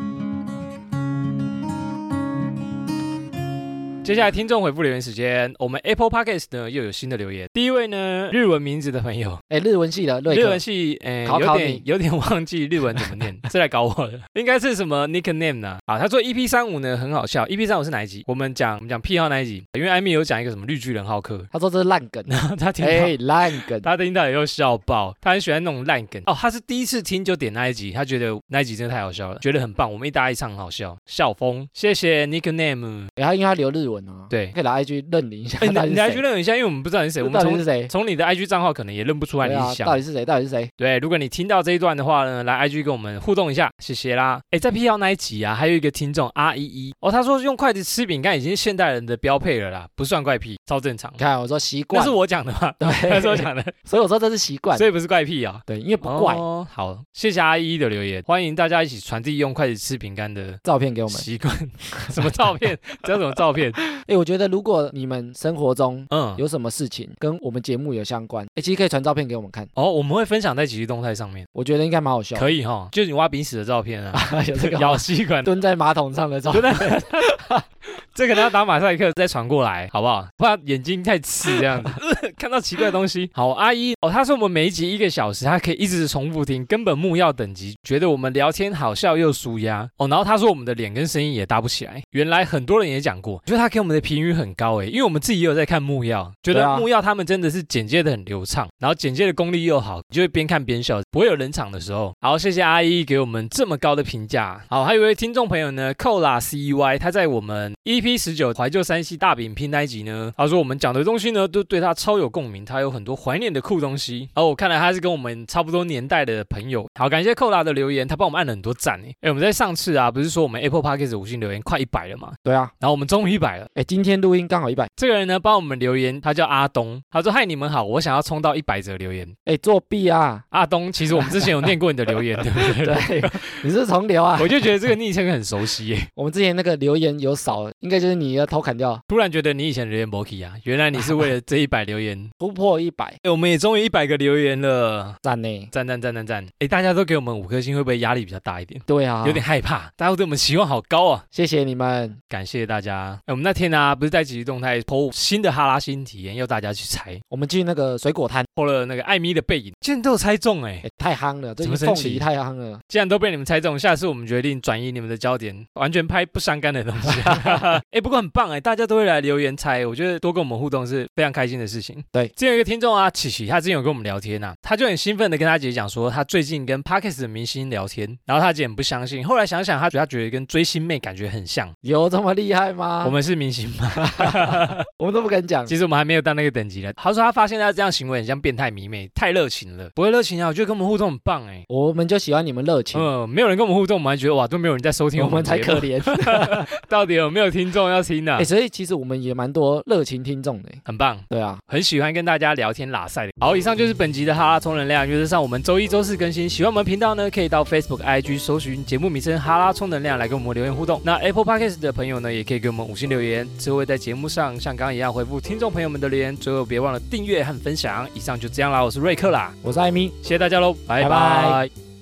接下来听众回复留言时间，我们 Apple Podcast 呢又有新的留言。第一位呢，日文名字的朋友， 日文系的瑞克， 日文系，有点忘记日文怎么念，是来搞我的，应该是什么 nickname 呢？啊，他说 EP35 呢很好笑，EP35是哪一集？我们讲癖好那一集，因为艾米有讲一个什么绿巨人浩克， 他说这是烂梗， 他听到烂梗， 他听到也又笑爆，他很喜欢那种烂梗哦，他是第一次听就点那一集，他觉得那一集真的太好笑了，觉得很棒，我们一搭一唱很好笑，笑疯，谢谢 nickname， 他因为他留日文。 对， 可以来 IG 认领一下。 你来 IG 认领一下，因为我们不知道你是谁，我们从你的 IG 账号可能也认不出来你是谁。 到底是谁？到底是谁？ 对，如果你听到这一段的话呢，来 IG 跟我们互动一下，谢谢啦。在癖好那一集啊，还有一个听众 R11哦，他说用筷子吃饼干已经是现代人的标配了啦，不算怪癖，超正常。 你看我说习惯， 那是我讲的嘛？ 对， 那是我讲的， 所以我说这是习惯， 所以不是怪癖啊。 对，因为不怪。 哦，好，谢谢R11的留言，欢迎大家一起传递用筷子吃饼干的照片给我们。 习惯什么照片？叫什么照片？ 我觉得如果你们生活中有什么事情跟我们节目有相关，其实可以传照片给我们看哦，我们会分享在即时动态上面， 我觉得应该蛮好笑。 可以哈，就是你挖鼻屎的照片啊， 有这个咬吸管蹲在马桶上的照片。 这可能要打马赛克再传过来，好不好？不然眼睛太刺这样子，看到奇怪的东西。好，阿姨哦，他说我们每一集1个小时，他可以一直重复听，根本木曜等级，觉得我们聊天好笑又舒压哦。然后他说我们的脸跟声音也搭不起来，原来很多人也讲过，觉得他给我们的评语很高因为我们自己也有在看木曜，觉得木曜他们真的是剪接的很流畅，然后剪接的功力又好，就会边看边笑，不会有冷场的时候。好，谢谢阿姨给我们这么高的评价。好，还有一位听众朋友呢，寇拉 CY， 他在我们 EP19怀旧3C大饼拼那一集呢，他说我们讲的东西呢都对他超有共鸣，他有很多怀念的酷东西。我看来他是跟我们差不多年代的朋友。好，感谢寇拉的留言，他帮我们按了很多赞我们在上次啊不是说我们 Apple Podcast 5星留言快100了吗？ 对啊， 然后我们终于100了。 今天录音刚好100。 这个人呢帮我们留言，他叫阿东，他说嗨你们好，我想要冲到100则留言。 作弊啊， 阿东，其实我们之前有念过你的留言对不对？ 对，你是重留啊。 我就觉得这个昵称很熟悉我们之前那个留言有少，应该就是你要偷砍掉。 突然觉得你以前留言没去啊，原来你是为了这100留言突破100。 我们也终于100个留言了， 赞呢， 赞。大家都给我们5颗星，会不会压力比较大一点？ 对啊， 有点害怕，大家对我们期望好高啊！ 谢谢你们， 感谢大家。我们那天啊，不是在即时动态 po 新的哈拉新体验，要大家去猜。 我们去那个水果摊 po 了那个艾米的背影，竟然都有猜中太夯了， 这凤梨太夯了， 既然都被你们猜中，下次我们决定转移你们的焦点，完全拍不相干的东西。不过很棒大家都会来留言猜，我觉得多跟我们互动是非常开心的事情。 对， 之前有一个听众啊，琪琪，他之前有跟我们聊天他就很兴奋的跟他姐讲说，他最近跟 Podcast 的明星聊天，然后他姐很不相信，后来想想他觉得跟追星妹感觉很像。 有这么厉害吗？ 我们是明星吗？ 我们都不敢讲， 其实我们还没有到那个等级了。他说他发现他这样行为很像变态迷妹，太热情了。不会热情啊，我觉得跟我们互动很棒我们就喜欢你们热情。 没有人跟我们互动，我们还觉得哇，都没有人在收听我们才可怜。 到底有没有听众要听呢？ 所以其实我们也蛮多热情听众的， 很棒。 对啊， 很喜欢跟大家聊天拉赛的。好，以上就是本集的哈拉充能量，原则上我们周1、周4更新。喜欢我们频道呢，可以到 Facebook、IG 搜寻节目名称哈拉充能量来跟我们留言互动。那 Apple Podcast 的朋友呢，也可以给我们5星留言，之后会在节目上像刚刚一样回复听众朋友们的留言。最后别忘了订阅和分享。以上就这样啦，我是瑞克啦， 我是艾米， 谢谢大家喽，拜拜。